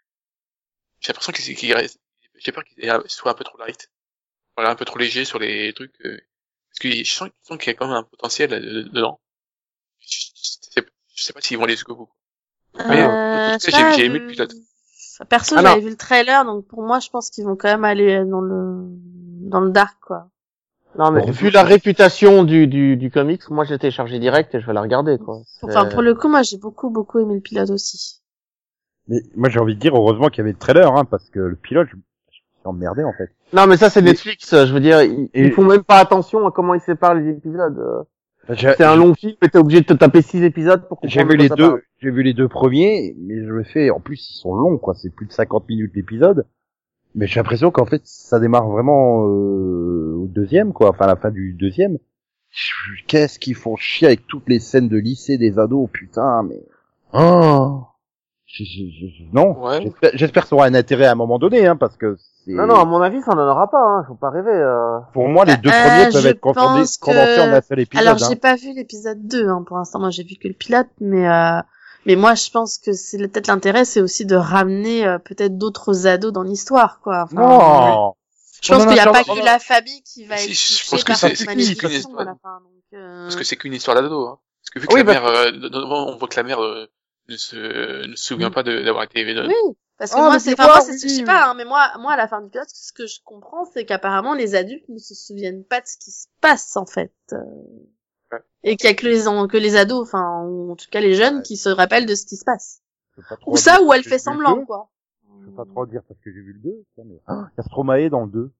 J'ai l'impression qu'ils qu'ils restent- j'ai peur qu'ils aient- soient un peu trop light. Voilà, un peu trop léger sur les trucs. Euh, parce que je sens, je sens qu'il y a quand même un potentiel euh, dedans. Je, je, sais, je sais pas s'ils vont aller jusqu'au bout. Mais, Euh, en tout cas, je sais pas, j'ai- j'ai aimé vu- le pilote. Perso, Ah, j'avais non. vu le trailer, donc pour moi, je pense qu'ils vont quand même aller dans le, dans le dark, quoi. Non, mais Bon, vu la réputation du, du, du comics, moi je l'ai téléchargé direct et je vais la regarder, quoi. C'est- Enfin, pour le coup, moi, j'ai beaucoup, beaucoup aimé le pilote aussi. mais moi j'ai envie de dire heureusement qu'il y avait le trailer, hein, parce que le pilote, je, je me suis emmerdé en fait. Non, mais ça c'est Mais- Netflix, je veux dire, ils, Et- ils font même pas attention à comment ils séparent les épisodes. euh. J'ai C'est un long film et t'es obligé de te taper six épisodes pour comprendre j'ai vu de quoi les ça deux, parle. j'ai vu les deux premiers, mais je me fais, en plus ils sont longs quoi, c'est plus de cinquante minutes l'épisode. Mais j'ai l'impression qu'en fait ça démarre vraiment euh, au deuxième quoi, enfin à la fin du deuxième. Je- Qu'est-ce qu'ils font chier avec toutes les scènes de lycée des ados, putain, mais oh. Je- je- je- non, Ouais. j'espère, j'espère que ça aura un intérêt à un moment donné, hein, parce que c'est... Non, non, à mon avis, ça n'en aura pas, hein. Faut pas rêver, euh. Pour moi, les deux Euh, premiers peuvent je être condensés, pense que- condensés en un seul épisode. Alors, hein. j'ai pas vu l'épisode deux, hein, pour l'instant. Moi, j'ai vu que le pilote, mais, euh, mais moi, je pense que c'est peut-être l'intérêt, c'est aussi de ramener, euh, peut-être d'autres ados dans l'histoire, quoi. Enfin, Non. je pense Non, non, qu'il y a non, pas non, que non. la famille qui va Si, être je touchée pense que par c'est- cette c'est malédiction qu'une- à la fin. Donc, euh... Parce que c'est qu'une histoire d'ado. Hein. Parce que vu que Oui, la parce mère, euh, devant, on voit que la mère euh, ne se ne se souvient pas de- d'avoir été élevée. Oui, parce que Ah, moi, mais c'est, tu enfin, vois, moi, c'est, oui, je sais oui. pas, hein, mais moi, moi, à la fin du pilote, ce que je comprends, c'est qu'apparemment, les adultes ne se souviennent pas de ce qui se passe, en fait. Euh, Ouais. Et qu'il y a que les, en- que les ados, enfin, ou en tout cas les jeunes, qui se rappellent de ce qui se passe. Je peux pas trop Ou ça, dire ou elle parce que fait j'ai vu le semblant, deux. quoi. Je peux pas trop dire parce que j'ai vu le deux. ça, mais... Ah, il y a Stromae dans le deux.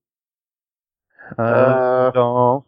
Euh, dans...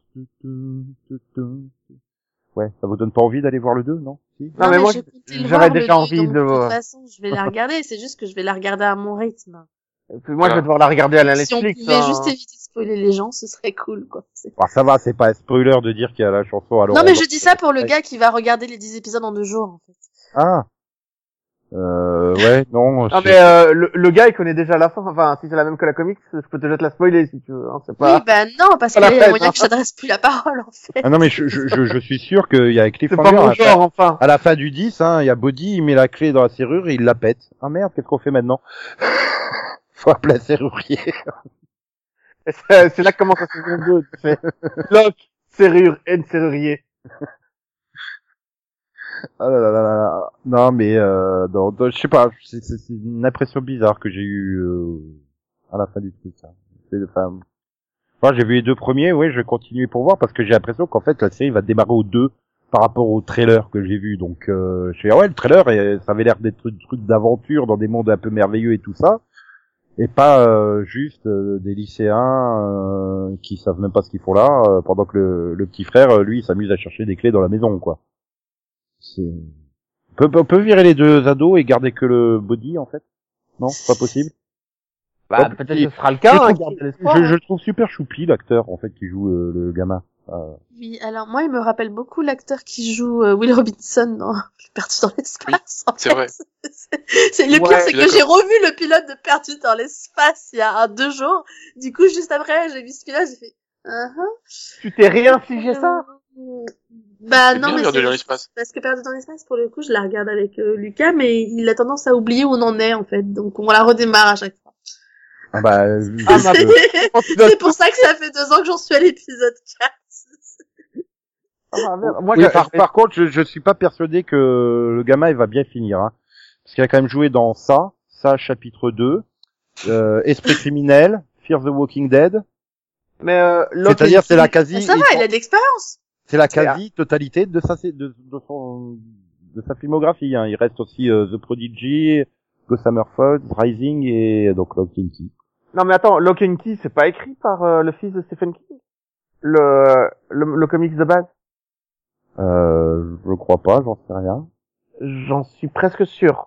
Ouais, ça vous donne pas envie d'aller voir le deux, non? Si. Non, mais moi, j'ai compté le j'avais voir, le déjà deux, envie donc de de voir. toute façon, je vais la regarder, c'est juste que je vais la regarder à mon rythme. Et puis moi, je vais devoir la regarder à la Si on Netflix, pouvait hein. juste éviter de spoiler les gens, ce serait cool, quoi. C'est- Bah, ça va, c'est pas un spoiler de dire qu'il y a la chanson. Alors Non, mais je dis ça pour le gars qui va regarder les dix épisodes en deux jours, en fait. Ah. Euh, ouais, non. Non, c'est- mais euh, le, le gars, il connaît déjà la fin. Enfin, si c'est la même que la comics, je peux déjà te la spoiler si tu veux. Hein, c'est pas... Oui, bah non, parce pas qu'il la y a peine, moyen hein. que je t'adresse plus la parole, en fait. Ah non, mais je, je, je, je suis sûr qu'il y a C'est Cliffhanger. pas mon à la fin- genre, enfin. À la fin du dix, hein, il y a Body, il met la clé dans la serrure et il la pète. Ah merde, qu'est-ce qu'on fait maintenant? Faut appeler un serrurier. Et C'est c'est là que commence la saison deux, tu fais. Lock, serrure, and serrurier. Ah là là là là. Non, mais euh, non, non, je sais pas, c'est c'est- c'est une impression bizarre que j'ai eue euh, à la fin du truc. Ça. C'est, enfin, moi, j'ai vu les deux premiers, ouais, je vais continuer pour voir parce que j'ai l'impression qu'en fait la série va démarrer au deux par rapport au trailer que j'ai vu. Donc, euh, je fais ah ouais, le trailer, et, ça avait l'air d'être un truc d'aventure dans des mondes un peu merveilleux et tout ça, et pas euh, juste euh, des lycéens euh, qui savent même pas ce qu'ils font là, euh, pendant que le, le petit frère, euh, lui, il s'amuse à chercher des clés dans la maison, quoi. C'est... On peut, on peut virer les deux ados et garder que le Body, en fait? Non, c'est pas possible. Bah, Ouais, peut-être puis- que ce sera le Je, cas, hein, trouve, garde l'espoir. je, hein. je le trouve super choupi, l'acteur, en fait, qui joue euh, le gamin. Euh, Oui, alors moi, il me rappelle beaucoup l'acteur qui joue euh, Will Robinson dans Perdu dans l'espace. en c'est fait. vrai. C'est- c'est- le Ouais, pire, je c'est suis que d'accord. j'ai revu le pilote de Perdu dans l'espace il y a un, deux jours. Du coup, juste après, j'ai vu ce pilote, j'ai fait, uh-huh. Tu t'es rien figé ça? Bah C'est non, bien, mais Perdu c'est dans l'espace. parce que Perdu dans l'espace, pour le coup, je la regarde avec euh, Lucas, mais il a tendance à oublier où on en est, en fait. Donc, on la redémarre à chaque fois. ah bah, euh, Ah, juste, ma euh, Oh, tu dois- C'est pour ça que ça fait deux ans que j'en suis à l'épisode quatre. Ah, merde. Moi, oui, j'ai- par, par contre, je, je suis pas persuadé que le gamin, il va bien finir, hein. Parce qu'il a quand même joué dans ça, ça, chapitre deux, euh, Esprit criminel, Fear the Walking Dead. Mais euh, Lock C'est-à-dire, and c'est la Key- quasi, Bah, ça va, il a de l'expérience. c'est la C'est- quasi-totalité de sa, de, de son, de sa filmographie, hein. Il reste aussi euh, The Prodigy, Ghost Summer Falls, Rising et donc Lock and Key. Non, mais attends, Lock and Key, c'est pas écrit par euh, le fils de Stephen King? Le, le, le comics de base? Euh, je crois pas, j'en sais rien. J'en suis presque sûr.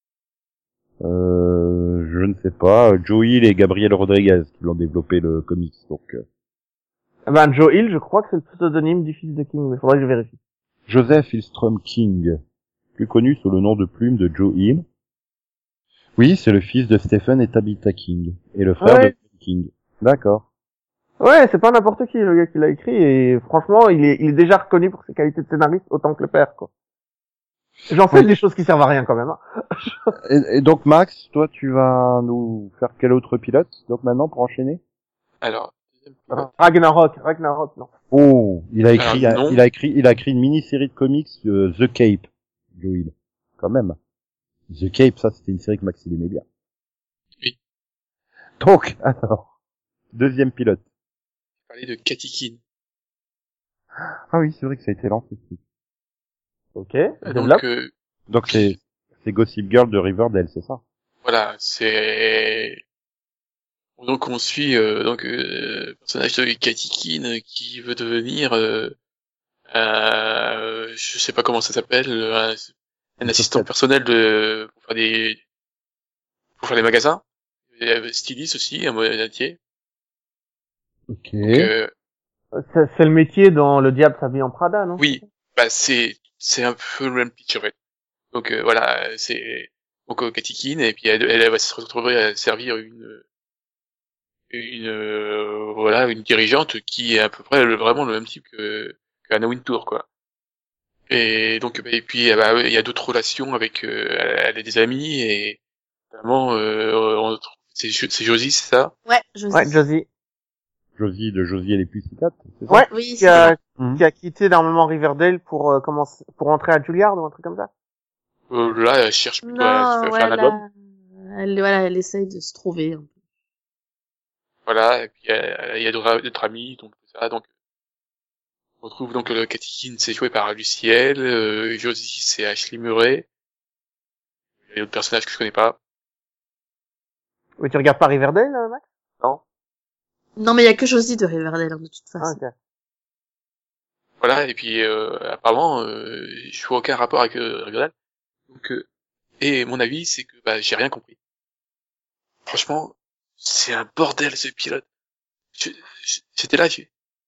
Euh, je ne sais pas. Joe Hill et Gabriel Rodriguez qui l'ont développé le comics, donc. Euh... Eh Ben, Joe Hill, je crois que c'est le pseudonyme du fils de King, mais faudrait que je vérifie. Joseph Hillstrom King, plus connu sous le nom de plume de Joe Hill. Oui, c'est le fils de Stephen et Tabitha King, et le frère Ouais. de King. D'accord. Ouais, c'est pas n'importe qui, le gars qui l'a écrit, et franchement, il est, il est déjà reconnu pour ses qualités de scénariste autant que le père, quoi. J'en sais Oui. des choses qui servent à rien, quand même, hein. Et, et donc Max, toi tu vas nous faire quel autre pilote, donc maintenant pour enchaîner? Alors, deuxième pilote. Ragnarok, Ragnarok, non. Oh, il a écrit, Alors, non. il a écrit, il a écrit une mini-série de comics, euh, The Cape, Joe Hill. Quand même. The Cape, ça c'était une série que Maxime aimait bien. Oui. Donc, alors, deuxième pilote. Parler de Katy Keene. Ah oui, c'est vrai que ça a été lancé. Ok, Euh, développe. Donc, euh, Donc c'est, c'est Gossip Girl de Riverdale, c'est ça? voilà, c'est donc on suit euh, donc euh, le personnage de Katy Keene qui veut devenir euh, euh, je sais pas comment ça s'appelle un, un assistant personnel de pour faire des pour faire des magasins, et, euh, styliste aussi à moitié. Ok. Donc, euh, C'est c'est le métier dans Le Diable s'habille en Prada, non? oui, bah c'est c'est un peu le même pitch en fait. Donc euh, voilà, c'est donc euh, Katy Keene, et puis elle, elle va se retrouver à servir une une euh, voilà une dirigeante qui est à peu près le- vraiment le même type que, que Anna Wintour, quoi. Et donc bah, et puis bah, il y a d'autres relations avec euh, elle, elle a des amis, et notamment euh, on trouve- c'est Jo- c'est Josie, c'est ça. Ouais, je Ouais, sais. Josie. Josie de Josie et les Pussycats, c'est ça? Ouais, Oui, qui c'est a, Mhm. qui a quitté normalement Riverdale pour euh, commencer, pour entrer à Juilliard ou un truc comme ça. Euh, là elle cherche plutôt à Non, faire ouais, un album. là, elle, voilà, elle essaye de se trouver. un peu. Voilà, et puis euh, il y a d'autres d'autres amis, donc tout ça, donc on retrouve donc le Katy Keene, c'est joué par Luciel, euh, Josie c'est Ashley Murray, et d'autres personnages que je connais pas. Mais tu regardes pas Riverdale, euh, Max? Non. Non, mais il y a que Josie de Riverdale, hein, de toute Ah, façon. ok. Voilà, et puis euh, apparemment euh, je vois aucun rapport avec euh, Riverdale. Donc euh, et mon avis c'est que bah j'ai rien compris. Franchement, c'est un bordel ce pilote. je, je- j'étais là, je...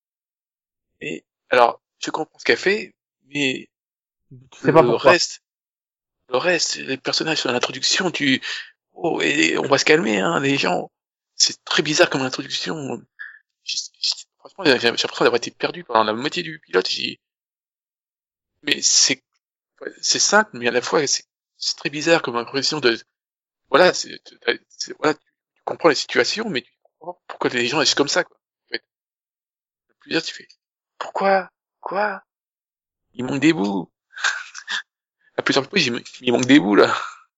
Et, alors, je comprends ce qu'elle fait, mais Tu sais pas le pourquoi. reste, le reste, les personnages dans l'introduction, tu, oh, et on va se calmer, hein, les gens. C'est très bizarre comme introduction. J'ai- j'ai- Franchement, j'ai j'ai l'impression d'avoir été perdu pendant la moitié du pilote. J'ai, mais c'est, c'est simple, mais à la fois, c'est, c'est très bizarre comme impression de, voilà, c'est, c'est- voilà, tu comprends la situation, mais tu comprends pourquoi les gens agissent comme ça, quoi. En fait, le plus bizarre, tu fais, pourquoi, quoi? Il manque des bouts. À plusieurs reprises, il, me- il manque des bouts, là.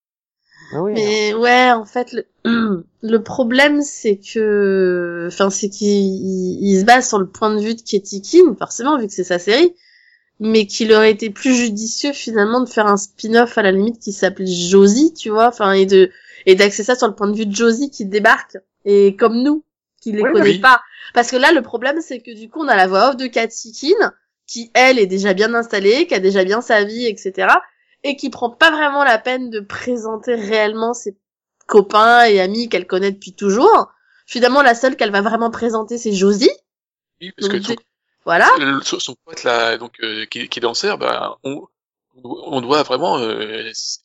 Ah oui. Mais ouais, en fait, le, le problème, c'est que, enfin, c'est qu'il il, il se base sur le point de vue de Katie Keene, forcément, vu que c'est sa série, mais qu'il aurait été plus judicieux, finalement, de faire un spin-off, à la limite, qui s'appelait Josie, tu vois, enfin, et de, et d'axer ça sur le point de vue de Josie qui débarque, et comme nous, qui les Oui, connaît oui. pas. Parce que là, le problème, c'est que du coup, on a la voix off de Katie Keene, qui, elle, est déjà bien installée, qui a déjà bien sa vie, et cetera, et qui prend pas vraiment la peine de présenter réellement ses copains et amis qu'elle connaît depuis toujours. Finalement, la seule qu'elle va vraiment présenter, c'est Josie. Oui, parce Donc, que son, c'est- voilà. le- son, son pote, là, donc, euh, qui, qui est danseur, bah, on, on doit vraiment, euh,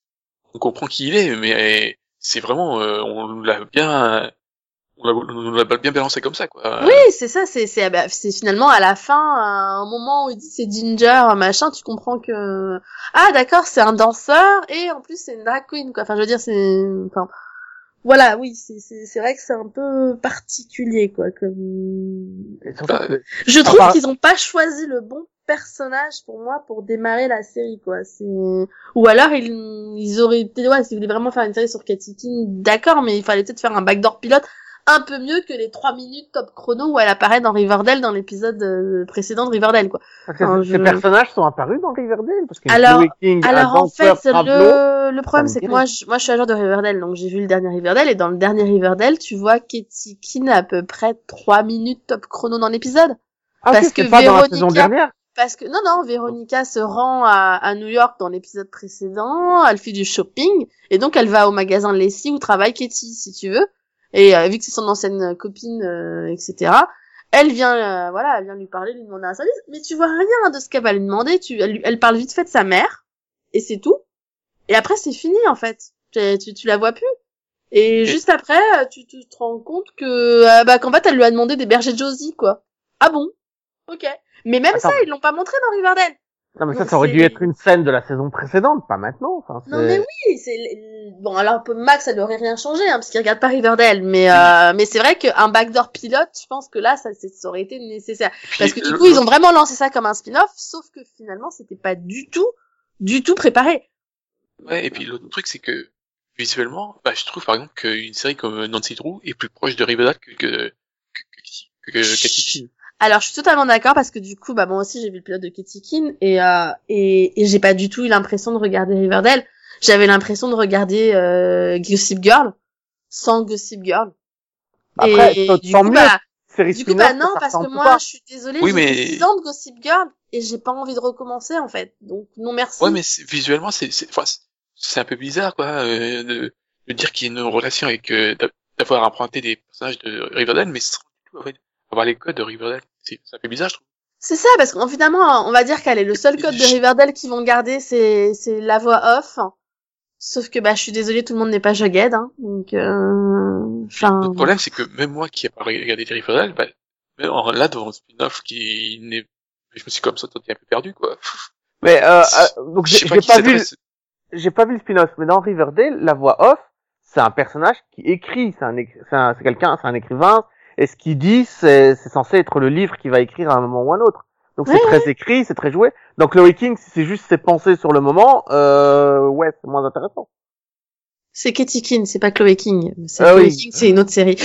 on comprend qui il est, mais c'est vraiment, euh, on l'a bien, on l'a, on l'a bien balancé comme ça, quoi. Oui, c'est ça, c'est, c'est, bah, c'est finalement à la fin, à un moment où il dit c'est Ginger, machin, tu comprends que, ah, d'accord, c'est un danseur, et en plus c'est une drag queen, quoi. Enfin, je veux dire, c'est, enfin, voilà, oui, c'est, c'est, c'est vrai que c'est un peu particulier, quoi, comme, Et surtout Bah, que- je trouve Enfin- qu'ils ont pas choisi le bon personnage pour moi pour démarrer la série, quoi. C'est, ou alors ils, ils auraient peut-être, ouais, s'ils voulaient vraiment faire une série sur Katie Keene, d'accord, mais il fallait peut-être faire un backdoor pilote un peu mieux que les trois minutes top chrono où elle apparaît dans Riverdale dans l'épisode euh, précédent de Riverdale, quoi. Parce que Enfin, ces je- personnages sont apparus dans Riverdale, parce que Alors- Chloe King, un Alors en fait, danseur Pablo, le, le problème me c'est que dit moi je, moi je suis agent de Riverdale, donc j'ai vu le dernier Riverdale, et dans le dernier Riverdale, tu vois Katie Keene à peu près trois minutes top chrono dans l'épisode. ah, parce ok, que c'est pas dans la Véronica- saison dernière. Parce que, non, non, Véronica se rend à, à New York dans l'épisode précédent, elle fait du shopping, et donc elle va au magasin Lacey où travaille Katie, si tu veux, et euh, vu que c'est son ancienne copine, euh, et cetera, elle vient, euh, voilà, elle vient lui parler, lui demander un service, mais tu vois rien de ce qu'elle va lui demander, tu, elle, lui- elle parle vite fait de sa mère, et c'est tout, et après c'est fini, en fait, tu, tu, tu la vois plus. Et, Et- juste après, euh, tu, tu te rends compte que, euh, bah, qu'en fait, elle lui a demandé d'héberger Josie, quoi. Ah bon? Ok. Mais même Attends, ça, ils l'ont pas montré dans Riverdale. Non, mais ça, Donc, ça aurait c'est- dû être une scène de la saison précédente, pas maintenant. Enfin, Non c'est- mais oui, c'est bon, alors pour Max ça n'aurait rien changé hein, parce qu'il regarde pas Riverdale, mais euh, mais c'est vrai qu'un backdoor pilote, je pense que là ça, c'est- ça aurait été nécessaire puis, parce que du le- coup ils ont vraiment lancé ça comme un spin-off, sauf que finalement c'était pas du tout du tout préparé. ouais, et puis l'autre truc, c'est que, visuellement, bah, je trouve, par exemple, qu'une série comme Nancy Drew est plus proche de Riverdale que, que, que, que, que, que Katie Keene. Alors je suis totalement d'accord parce que du coup bah moi aussi j'ai vu le pilote de Katie Keene et euh, et, et j'ai pas du tout eu l'impression de regarder Riverdale, j'avais l'impression de regarder euh, Gossip Girl sans Gossip Girl. Après, et tant- du tant coup mieux. bah Série Du coup, spin-off, bah non, ça parce que ressemble moi, pas. je suis désolée, Oui, j'ai mais- vu six ans de Gossip Girl et j'ai pas envie de recommencer, en fait. Donc, non merci. Ouais, mais c'est- visuellement, c'est, c'est, enfin, c'est- c'est un peu bizarre, quoi, euh, de, de dire qu'il y a une relation avec, euh, d'a- d'avoir emprunté des personnages de Riverdale, mais sans du tout, en fait, avoir les codes de Riverdale. C'est, c'est un peu bizarre, je trouve. C'est ça, parce qu'en finalement, on va dire qu'elle est le seul code de Riverdale qu'ils vont garder, c'est, c'est la voix off. Sauf que, bah, je suis désolée, tout le monde n'est pas Jughead, hein. Donc, euh, enfin. Le problème, c'est que même moi qui ai pas regardé Riverdale, bah, même en- là, devant un spin-off qui n'est, je me suis comme ça, un peu perdu, quoi. Mais euh, euh, donc Je j'ai sais j'ai pas qui pas vu, s'adresse. j'ai pas vu le spin-off, mais dans Riverdale, la voix off, c'est un personnage qui écrit, c'est un, écri- c'est un, c'est quelqu'un, c'est un écrivain, et ce qu'il dit, c'est, c'est censé être le livre qu'il va écrire à un moment ou à un autre. Donc Ouais, c'est très écrit, c'est très joué. Donc Chloe King, si c'est juste ses pensées sur le moment, euh, ouais, c'est moins intéressant. C'est Katie Keene, c'est pas Chloe King. C'est Ah Chloe oui. King, c'est une autre série.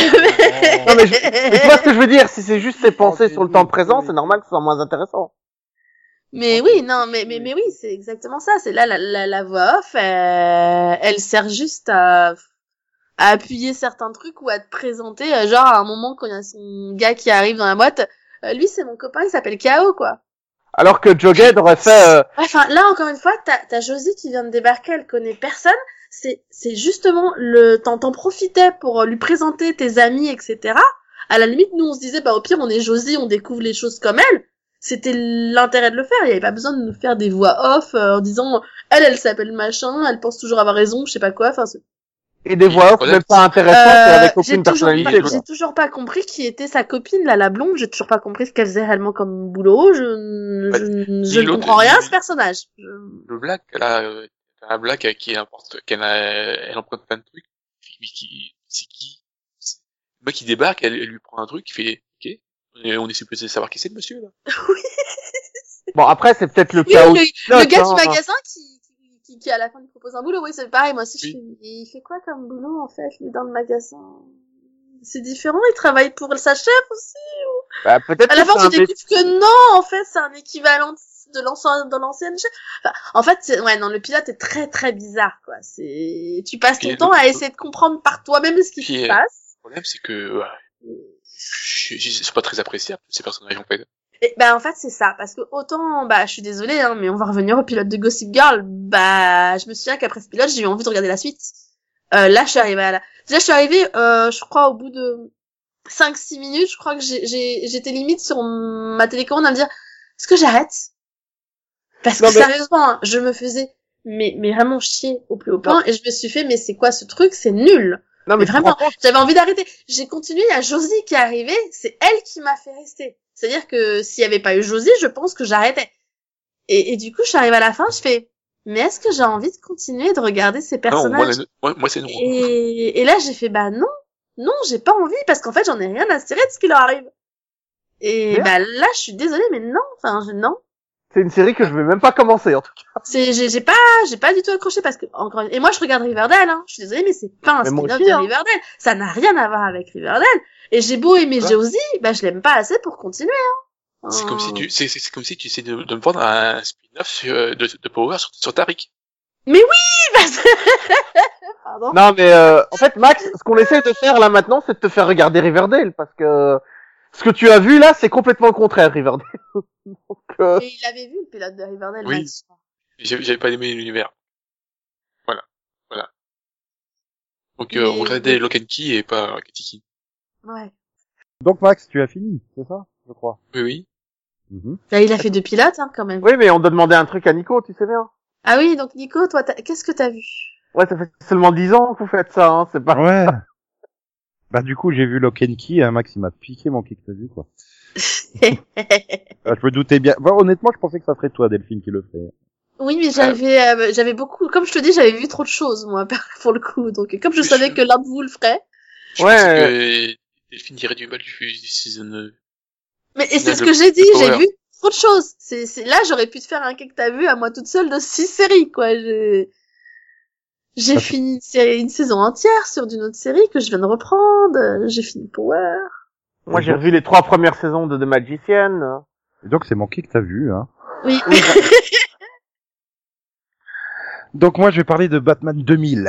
Non mais je, mais tu vois ce que je veux dire, si c'est juste ses pensées sur le temps présent, c'est normal que ce soit moins intéressant. Mais oui, non, mais mais mais oui, c'est exactement ça. C'est là la la, la voix off, elle, elle sert juste à à appuyer certains trucs ou à te présenter, euh, genre à un moment quand il y a son gars qui arrive dans la boîte, euh, lui c'est mon copain, il s'appelle K O quoi. Alors que Jughead aurait fait, euh, Enfin là encore une fois, t'as t'as Josie qui vient de débarquer, elle connaît personne. C'est c'est justement le t'en t'en profitais pour lui présenter tes amis, et cetera. À la limite, nous, on se disait, bah, au pire, on est Josie, on découvre les choses comme elle. C'était l'intérêt de le faire. Il y avait pas besoin de nous faire des voix off euh, en disant, elle, elle s'appelle machin, elle pense toujours avoir raison, je sais pas quoi. Enfin, c'est... Et des voix off même pas intéressantes et Euh, avec j'ai aucune toujours, personnalité. pas, quoi. j'ai toujours pas compris qui était sa copine, là, la blonde. J'ai toujours pas compris ce qu'elle faisait réellement comme boulot. Je, Bah, je, dis je ne l'autre, comprends rien à dis- ce personnage. Je... Le black, elle a, euh, un black qui est importe, qu'elle a, elle emprunte plein de trucs. Mais qui, c'est qui? C'est- Le mec qui débarque, elle, elle lui prend un truc, il fait, ok. Et on est supposé savoir qui c'est le monsieur, là. Oui, Bon, après, c'est peut-être le oui, cas le, aussi. le gars hein. du magasin qui, qui, qui, qui, à la fin lui propose un boulot. Oui, c'est pareil. Moi aussi, je Oui. fais, mais il fait quoi comme boulot, en fait, lui, dans le magasin? C'est différent, il travaille pour sa chef aussi. Bah, peut-être À la que fin, c'est tu un découvres que non, en fait, c'est un équivalent de l'ancien, de l'ancienne chef. Enfin, en fait, c'est, ouais, non, le pilote est très, très bizarre, quoi. C'est, tu passes ton Et temps le- à essayer de comprendre par toi-même ce qui Puis, se euh, passe. Le problème, c'est que, ouais, je, je, c'est pas très appréciable, ces personnages, en fait. Et, bah, en fait, c'est ça. Parce que autant, bah, je suis désolée, hein, mais on va revenir au pilote de Gossip Girl. Bah, je me souviens qu'après ce pilote, j'ai eu envie de regarder la suite. Euh, là, je suis arrivée à la, déjà, je suis arrivée, euh, je crois, au bout de cinq six minutes, je crois que j'ai, j'ai, j'étais limite sur ma télécommande à me dire, est-ce que j'arrête? Parce que Non, mais- sérieusement, hein, je me faisais, mais, mais vraiment chier au plus haut point, et je me suis fait, mais c'est quoi ce truc? C'est nul. Non, Mais mais tu te vraiment, rends compte- j'avais envie d'arrêter. J'ai continué, il y a Josie qui est arrivée, c'est elle qui m'a fait rester. C'est-à-dire que s'il y avait pas eu Josie, je pense que j'arrêtais. Et, et du coup, je suis arrivée à la fin, je fais, mais est-ce que j'ai envie de continuer de regarder ces Non, personnages? moi, moi, moi, c'est non. Et, et là, j'ai fait, bah non, non, j'ai pas envie, parce qu'en fait, j'en ai rien à cirer de ce qui leur arrive. Et Bien. bah là, je suis désolée, mais non, enfin, je, non. C'est une série que je vais même pas commencer, en tout cas. C'est, j'ai, j'ai pas, j'ai pas du tout accroché parce que, encore une- et moi, je regarde Riverdale, hein. Je suis désolée, mais c'est pas un Mais moi spin-off aussi, de hein. Riverdale. Ça n'a rien à voir avec Riverdale. Et j'ai beau aimer Ouais. Josie, bah, je l'aime pas assez pour continuer, hein. C'est comme si Euh, tu, c'est, c'est, c'est comme si tu essayais de, de me vendre un spin-off sur, euh, de, de Power sur, sur Tariq. Pardon. Non, mais euh, en fait, Max, ce qu'on essaie de faire là maintenant, c'est de te faire regarder Riverdale, parce que ce que tu as vu là, c'est complètement le contraire, Riverdale. Donc, euh, Mais il avait vu le pilote de Riverdale, Oui. Max. J'avais, j'avais pas aimé l'univers. Voilà. Voilà. Donc, Mais- euh, on regardait Lock and Key et pas Katiki. Ouais. Donc Max, tu as fini, c'est ça, je crois. Oui, oui. Mhm. Là, il a fait deux pilotes, hein, quand même. oui, mais on doit demander un truc à Nico, tu sais bien. Ah oui, donc Nico, toi, t'as- qu'est-ce que t'as vu? Ouais, ça fait seulement dix ans que vous faites ça, hein, c'est pas... Ouais. Bah du coup, j'ai vu Lock and Key, hein, Max, il m'a piqué mon kick, t'as vu quoi. Ah, je me doutais bien. Bah, honnêtement, je pensais que ça serait toi, Delphine, qui le ferait. Oui, mais j'avais, euh, j'avais beaucoup, comme je te dis, j'avais vu trop de choses, moi, pour le coup. Donc, comme je Oui, savais je- que l'un de vous le ferait. Je Ouais. pensais que Delphine dirait du mal du season deux. Mais, et c'est Le- ce que j'ai dit, le j'ai Power. vu trop de choses. C'est, c'est, là, j'aurais pu te faire un quai que t'as vu à moi toute seule de six séries, quoi. J'ai, j'ai Ah, fini une série, une saison entière sur d'une autre série que je viens de reprendre. Euh, J'ai fini Power. Moi, j'ai revu les trois premières saisons de The Magician. Et donc, c'est mon kick, t'as vu, hein. Oui. Donc moi, je vais parler de Batman deux mille.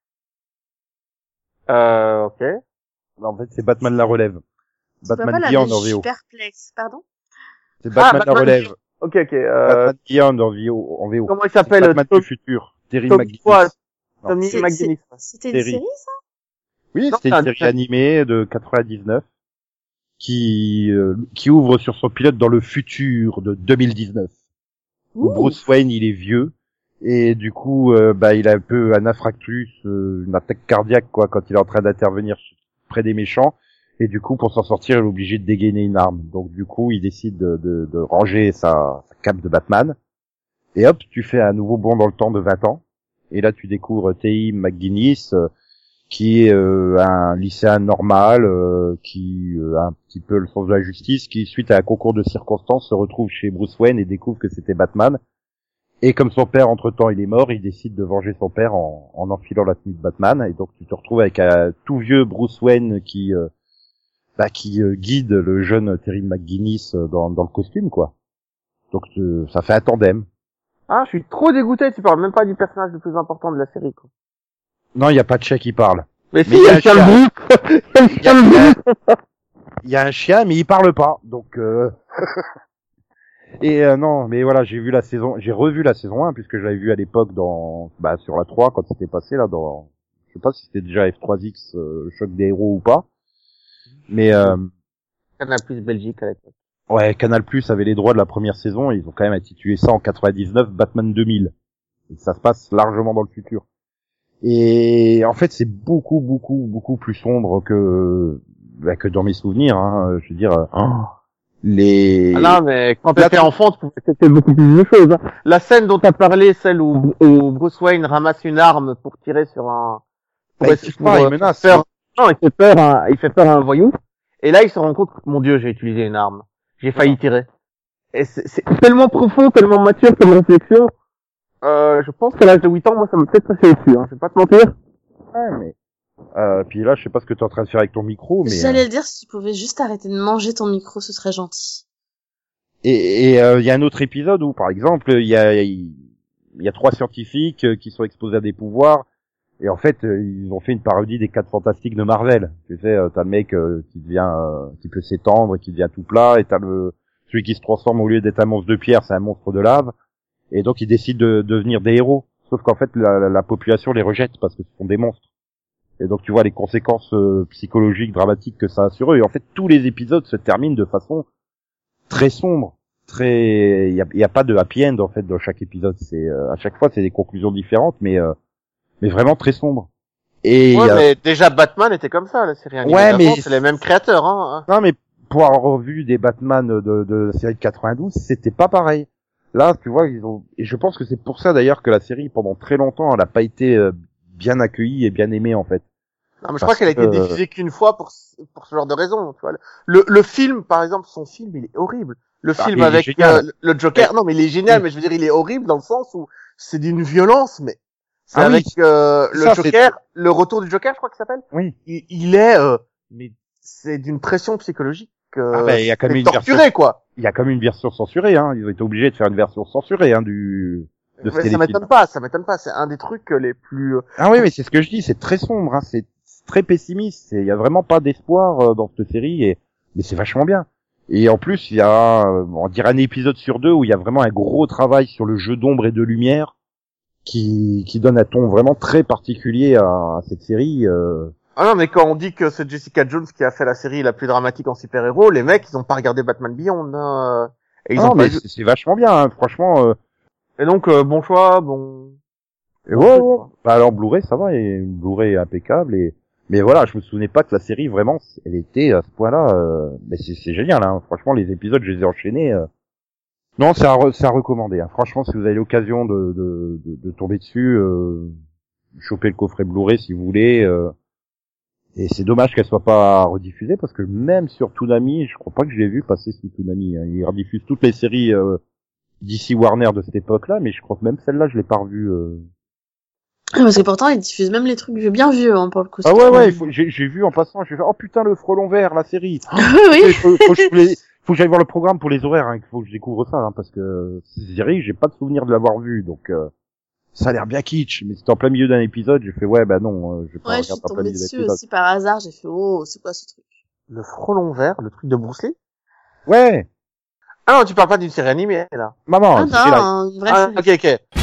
Euh, ok. En fait, c'est Batman la relève. C'est pas Batman la Beyond de en V O. Superplex, pardon? C'est Batman Batman la relève. Ok, ok. Euh, Batman Beyond en V O. En V O. comment il C'est s'appelle? Batman Tom- du futur. Terry Tom- McGinnis. quoi Non. Tommy C'est- McGinnis. C'était une Série. série, ça? Oui, Non, c'était c'est un une série dessin. animée de quatre-vingt-dix-neuf qui euh, qui ouvre sur son pilote dans le futur de deux mille dix-neuf. Où Ouh. Bruce Wayne, il est vieux et du coup, euh, bah, il a un peu un infarctus, euh, une attaque cardiaque quoi, quand il est en train d'intervenir près des méchants. Et du coup, pour s'en sortir, il est obligé de dégainer une arme. Donc du coup, il décide de, de, de ranger sa, sa cape de Batman. Et hop, tu fais un nouveau bond dans le temps de vingt ans. Et là, tu découvres Terry McGinnis, euh, qui est euh, un lycéen normal, euh, qui euh, a un petit peu le sens de la justice, qui, suite à un concours de circonstances, se retrouve chez Bruce Wayne et découvre que c'était Batman. Et comme son père, entre-temps, il est mort, il décide de venger son père en, en enfilant la tenue de Batman. Et donc, tu te retrouves avec un tout vieux Bruce Wayne qui... Euh, bah, qui euh, guide le jeune Terry McGinnis euh, dans, dans le costume, quoi. Donc euh, ça fait un tandem. Ah, je suis trop dégoûté, tu parles même pas du personnage le plus important de la série, quoi. Non, il y a pas de chat qui parle. Mais si, Mais il y a le chien. chien brou. Il y a le Il y, chien a- il y brou. a- il y a un chien, mais il parle pas. Donc euh... et euh, non, mais voilà, j'ai vu la saison, j'ai revu la saison un puisque je l'avais vu à l'époque dans, bah sur la trois quand c'était passé là dans, je sais pas si c'était déjà F trois X euh, choc des héros ou pas. Mais euh, Canal Plus Belgique à l'époque. ouais, Canal Plus avait les droits de la première saison, et ils ont quand même intitulé ça en quatre-vingt-dix-neuf Batman deux mille. Et ça se passe largement dans le futur. Et en fait, c'est beaucoup, beaucoup, beaucoup plus sombre que bah, que dans mes souvenirs. Hein. Je veux dire, euh, oh, les. Ah non, mais quand t'étais enfant, tu pouvais c'était beaucoup plus de choses. Hein. La scène dont t'as parlé, celle où, où Bruce Wayne ramasse une arme pour tirer sur un. Pour Bah, essayer- il, pas, pour, il menace. faire- Non, il fait peur, à... il fait peur à un voyou. Et là, il se rend compte, mon Dieu, j'ai utilisé une arme. J'ai failli tirer. Et c'est, c'est tellement profond, tellement mature comme réflexion. Euh, je pense qu'à l'âge de huit ans, moi, ça me peut-être passé au-dessus, hein. Je vais pas te mentir. Ouais, mais. Euh, puis là, je sais pas ce que t'es en train de faire avec ton micro, mais. J'allais euh, le dire, si tu pouvais juste arrêter de manger ton micro, ce serait gentil. Et il euh, y a un autre épisode où, par exemple, il y a il y a trois scientifiques euh, qui sont exposés à des pouvoirs. Et en fait, euh, ils ont fait une parodie des Quatre Fantastiques de Marvel. Tu sais, euh, t'as le mec euh, qui devient, euh, qui peut s'étendre, et qui devient tout plat, et t'as le celui qui se transforme au lieu d'être un monstre de pierre, c'est un monstre de lave. Et donc, ils décident de, de devenir des héros. Sauf qu'en fait, la, la, la population les rejette parce que ce sont des monstres. Et donc, tu vois les conséquences euh, psychologiques, dramatiques que ça a sur eux. Et en fait, tous les épisodes se terminent de façon très sombre. Très, il y a, y a pas de happy end en fait dans chaque épisode. C'est euh, à chaque fois, c'est des conclusions différentes, mais euh, mais vraiment très sombre. Et Ouais, euh, mais déjà Batman était comme ça, la série animée. Ouais, d'avant, mais- c'est les mêmes créateurs, hein. non, mais pour avoir revu des Batman de, de la série de quatre-vingt-douze, c'était pas pareil. Là, tu vois, ils ont, et je pense que c'est pour ça d'ailleurs que la série, pendant très longtemps, elle a pas été euh, bien accueillie et bien aimée en fait. Non, mais je Parce crois qu'elle a été que- diffusée qu'une fois pour pour ce genre de raison, tu vois. Le le film, par exemple, son film, il est horrible. Le Ah, film il est avec génial. euh, le Joker, non, mais il est génial, Oui. mais je veux dire, il est horrible dans le sens où c'est d'une violence, mais c'est Ah oui, avec euh, le ça, c'est- Joker, le retour du Joker, je crois qu'il s'appelle. Oui. Il, il est, euh, mais c'est d'une pression psychologique. Euh, Ah ben, il y a quand même c'est une torturé, version- quoi. Il y a quand même une version censurée, hein. Ils ont été obligés de faire une version censurée, hein, du. De ce Mais ça téléfilm. m'étonne pas, ça m'étonne pas. C'est un des trucs les plus. Ah oui, mais c'est ce que je dis, c'est très sombre, hein, c'est très pessimiste, il y a vraiment pas d'espoir euh, dans cette série, et mais c'est vachement bien. Et en plus, il y a, euh, on dirait un épisode sur deux où il y a vraiment un gros travail sur le jeu d'ombre et de lumière qui qui donne un ton vraiment très particulier à, à cette série. Euh... Ah non, mais quand on dit que c'est Jessica Jones qui a fait la série la plus dramatique en super-héros, les mecs, ils ont pas regardé Batman Beyond, hein. Et ils Ah non, ont pas mais vu. c'est c'est vachement bien, hein, franchement. Euh... Et donc, euh, bon choix, bon. Et ouais, ouais. Bah alors Blu-ray, ça va, et Blu-ray est impeccable, et mais voilà, je me souvenais pas que la série vraiment, elle était à ce point-là. Euh... Mais c'est c'est génial, hein. Franchement, les épisodes, je les ai enchaînés. Euh... Non, c'est à, re- c'est à recommander. Hein. Franchement, si vous avez l'occasion de, de, de, de tomber dessus, euh, chopez le coffret Blu-ray si vous voulez. Euh... Et c'est dommage qu'elle soit pas rediffusée parce que même sur Toonami, je crois pas que je l'ai vu passer sur Toonami. Hein. Ils rediffusent toutes les séries euh, D C Warner de cette époque-là, mais je crois que même celle-là, je l'ai pas revue. Euh... Parce que pourtant, ils diffusent même les trucs bien vieux, hein, pour le coup. Ah ouais, ouais, il faut- j'ai j'ai vu en passant, j'ai fait oh putain le frelon vert, la série. oui. Il faut, faut, que je les- faut que j'aille voir le programme pour les horaires, hein, qu'il faut que je découvre ça, hein, parce que cette série, j'ai pas de souvenir de l'avoir vue, donc euh, ça a l'air bien kitsch, mais c'était en plein milieu d'un épisode, j'ai fait ouais bah non, euh, je vais pas Ouais, je suis regarder en plein tombée milieu d'un dessus épisode. aussi par hasard. J'ai fait, oh, c'est quoi ce truc? Le frelon vert, le truc de Bruce Lee. Ouais, Ah non, tu parles pas d'une série animée, là. maman, Ah c'était là. non, une vraie Ah, série. ok, ok.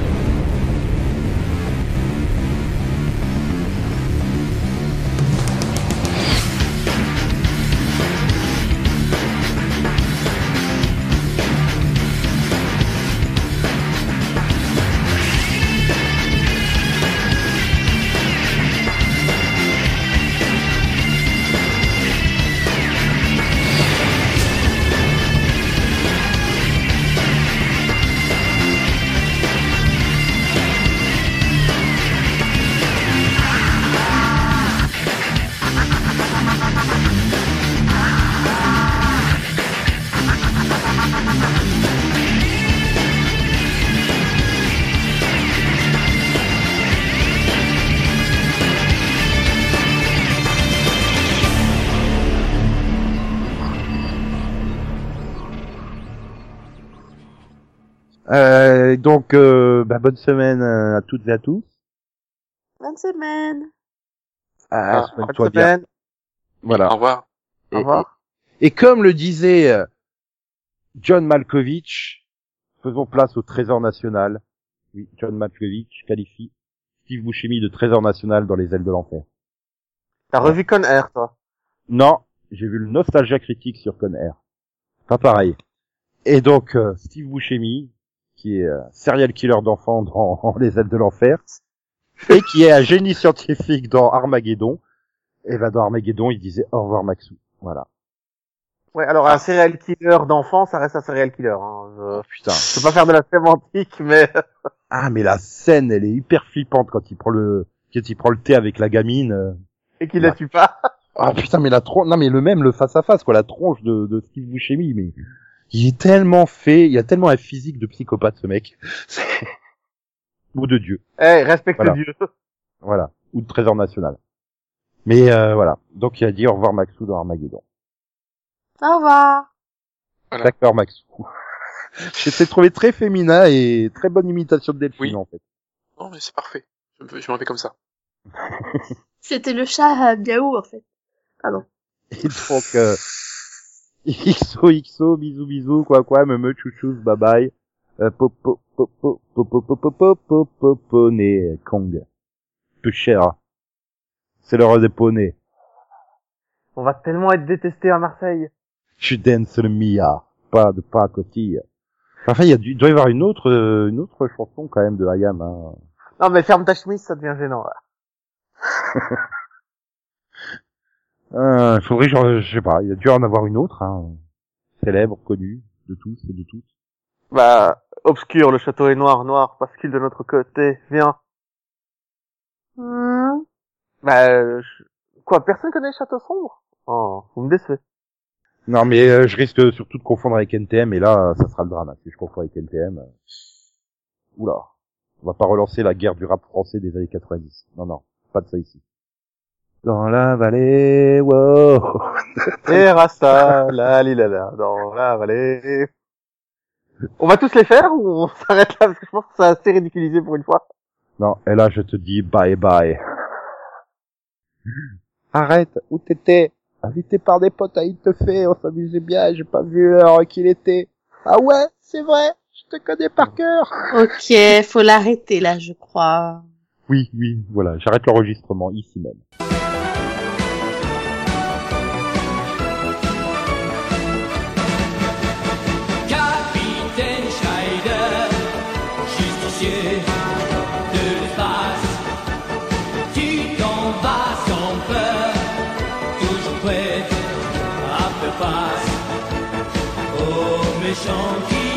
Euh, donc euh, bah, bonne semaine euh, à toutes et à tous. Bonne semaine. Ah, Ah, soigne-toi bonne bien. semaine. Voilà. Au revoir. Au Et- revoir. Et comme le disait euh, John Malkovich, faisons place au trésor national. Oui, John Malkovich qualifie Steve Buscemi de trésor national dans les ailes de l'enfer. T'as revu Con Air, toi. Non, j'ai vu le Nostalgia Critique sur Con Air. Pas pareil. Et donc, euh, Steve Buscemi, qui est euh, serial killer d'enfants dans Les Ailes de l'Enfer, et qui est un génie scientifique dans Armageddon. Et ben dans Armageddon, il disait au revoir Maxou. Voilà. Ouais, alors un serial killer d'enfant, ça reste un serial killer. Hein. Je... Oh, putain. Je peux pas faire de la sémantique, mais... Ah, mais la scène, elle est hyper flippante quand il prend le, quand il prend le thé avec la gamine. euh. Et qu'il la tue pas. Ah putain, mais la tronche, non mais le même, le face à face, quoi, la tronche de, de Steve Buscemi, mais il est tellement fait, il a tellement un physique de psychopathe, ce mec. C'est... Ou de Dieu. Eh, hey, respecte Voilà. Dieu. Voilà. Ou de Trésor National. Mais, euh, voilà. Donc, il a dit au revoir Maxou dans Armageddon. Au revoir. Voilà. D'accord, Maxou. J'ai été trouvé très féminin et très bonne imitation de Delphine, Oui. en fait. Non, mais c'est parfait. Je me, je m'en vais comme ça. C'était le chat à Biaou, en fait. Pardon. Et donc, euh, X O X O, bisous bisous, quoi quoi, me me chouchous, bye bye. Euh, popo, popo, popo, popo, popo, popo, né, Kong. Peu cher. C'est l'heure des poneys. On va tellement être détesté à Marseille. Je dance le Mia. Pas de pas à cotille. Enfin, il y a du, il doit y avoir une autre, euh, une autre chanson, quand même, de I A M, hein. Non, mais ferme ta chemise, ça devient gênant, là. Euh, il faudrait, genre, je sais pas, il y a dû en avoir une autre, hein. Célèbre, connue, de tous et de toutes. Bah, obscur, le château est noir, noir, bascule de notre côté, viens. Hmm. Bah, euh, je- quoi, personne connaît le château sombre? Oh, vous me décevez. Non, mais euh, je risque surtout de confondre avec N T M, et là, ça sera le drame. Si je confonds avec N T M, euh... oula, on va pas relancer la guerre du rap français des années quatre-vingt-dix. Non, non, pas de ça ici. Dans la vallée, wow. Et Rasta, la lilala, dans la vallée. On va tous les faire ou on s'arrête là parce que je pense que c'est assez ridiculisé pour une fois. Non, et là, je te dis bye bye. Arrête, où t'étais? Invité par des potes à Itefait, on s'amusait bien, j'ai pas vu l'heure qu'il était. Ah ouais, c'est vrai, je te connais par cœur. Ok, faut l'arrêter, là, je crois. Oui, oui, voilà, j'arrête l'enregistrement ici même. Capitaine Schneider, justicier de l'espace, tu t'en vas sans peur, toujours prêt à faire face aux méchants qui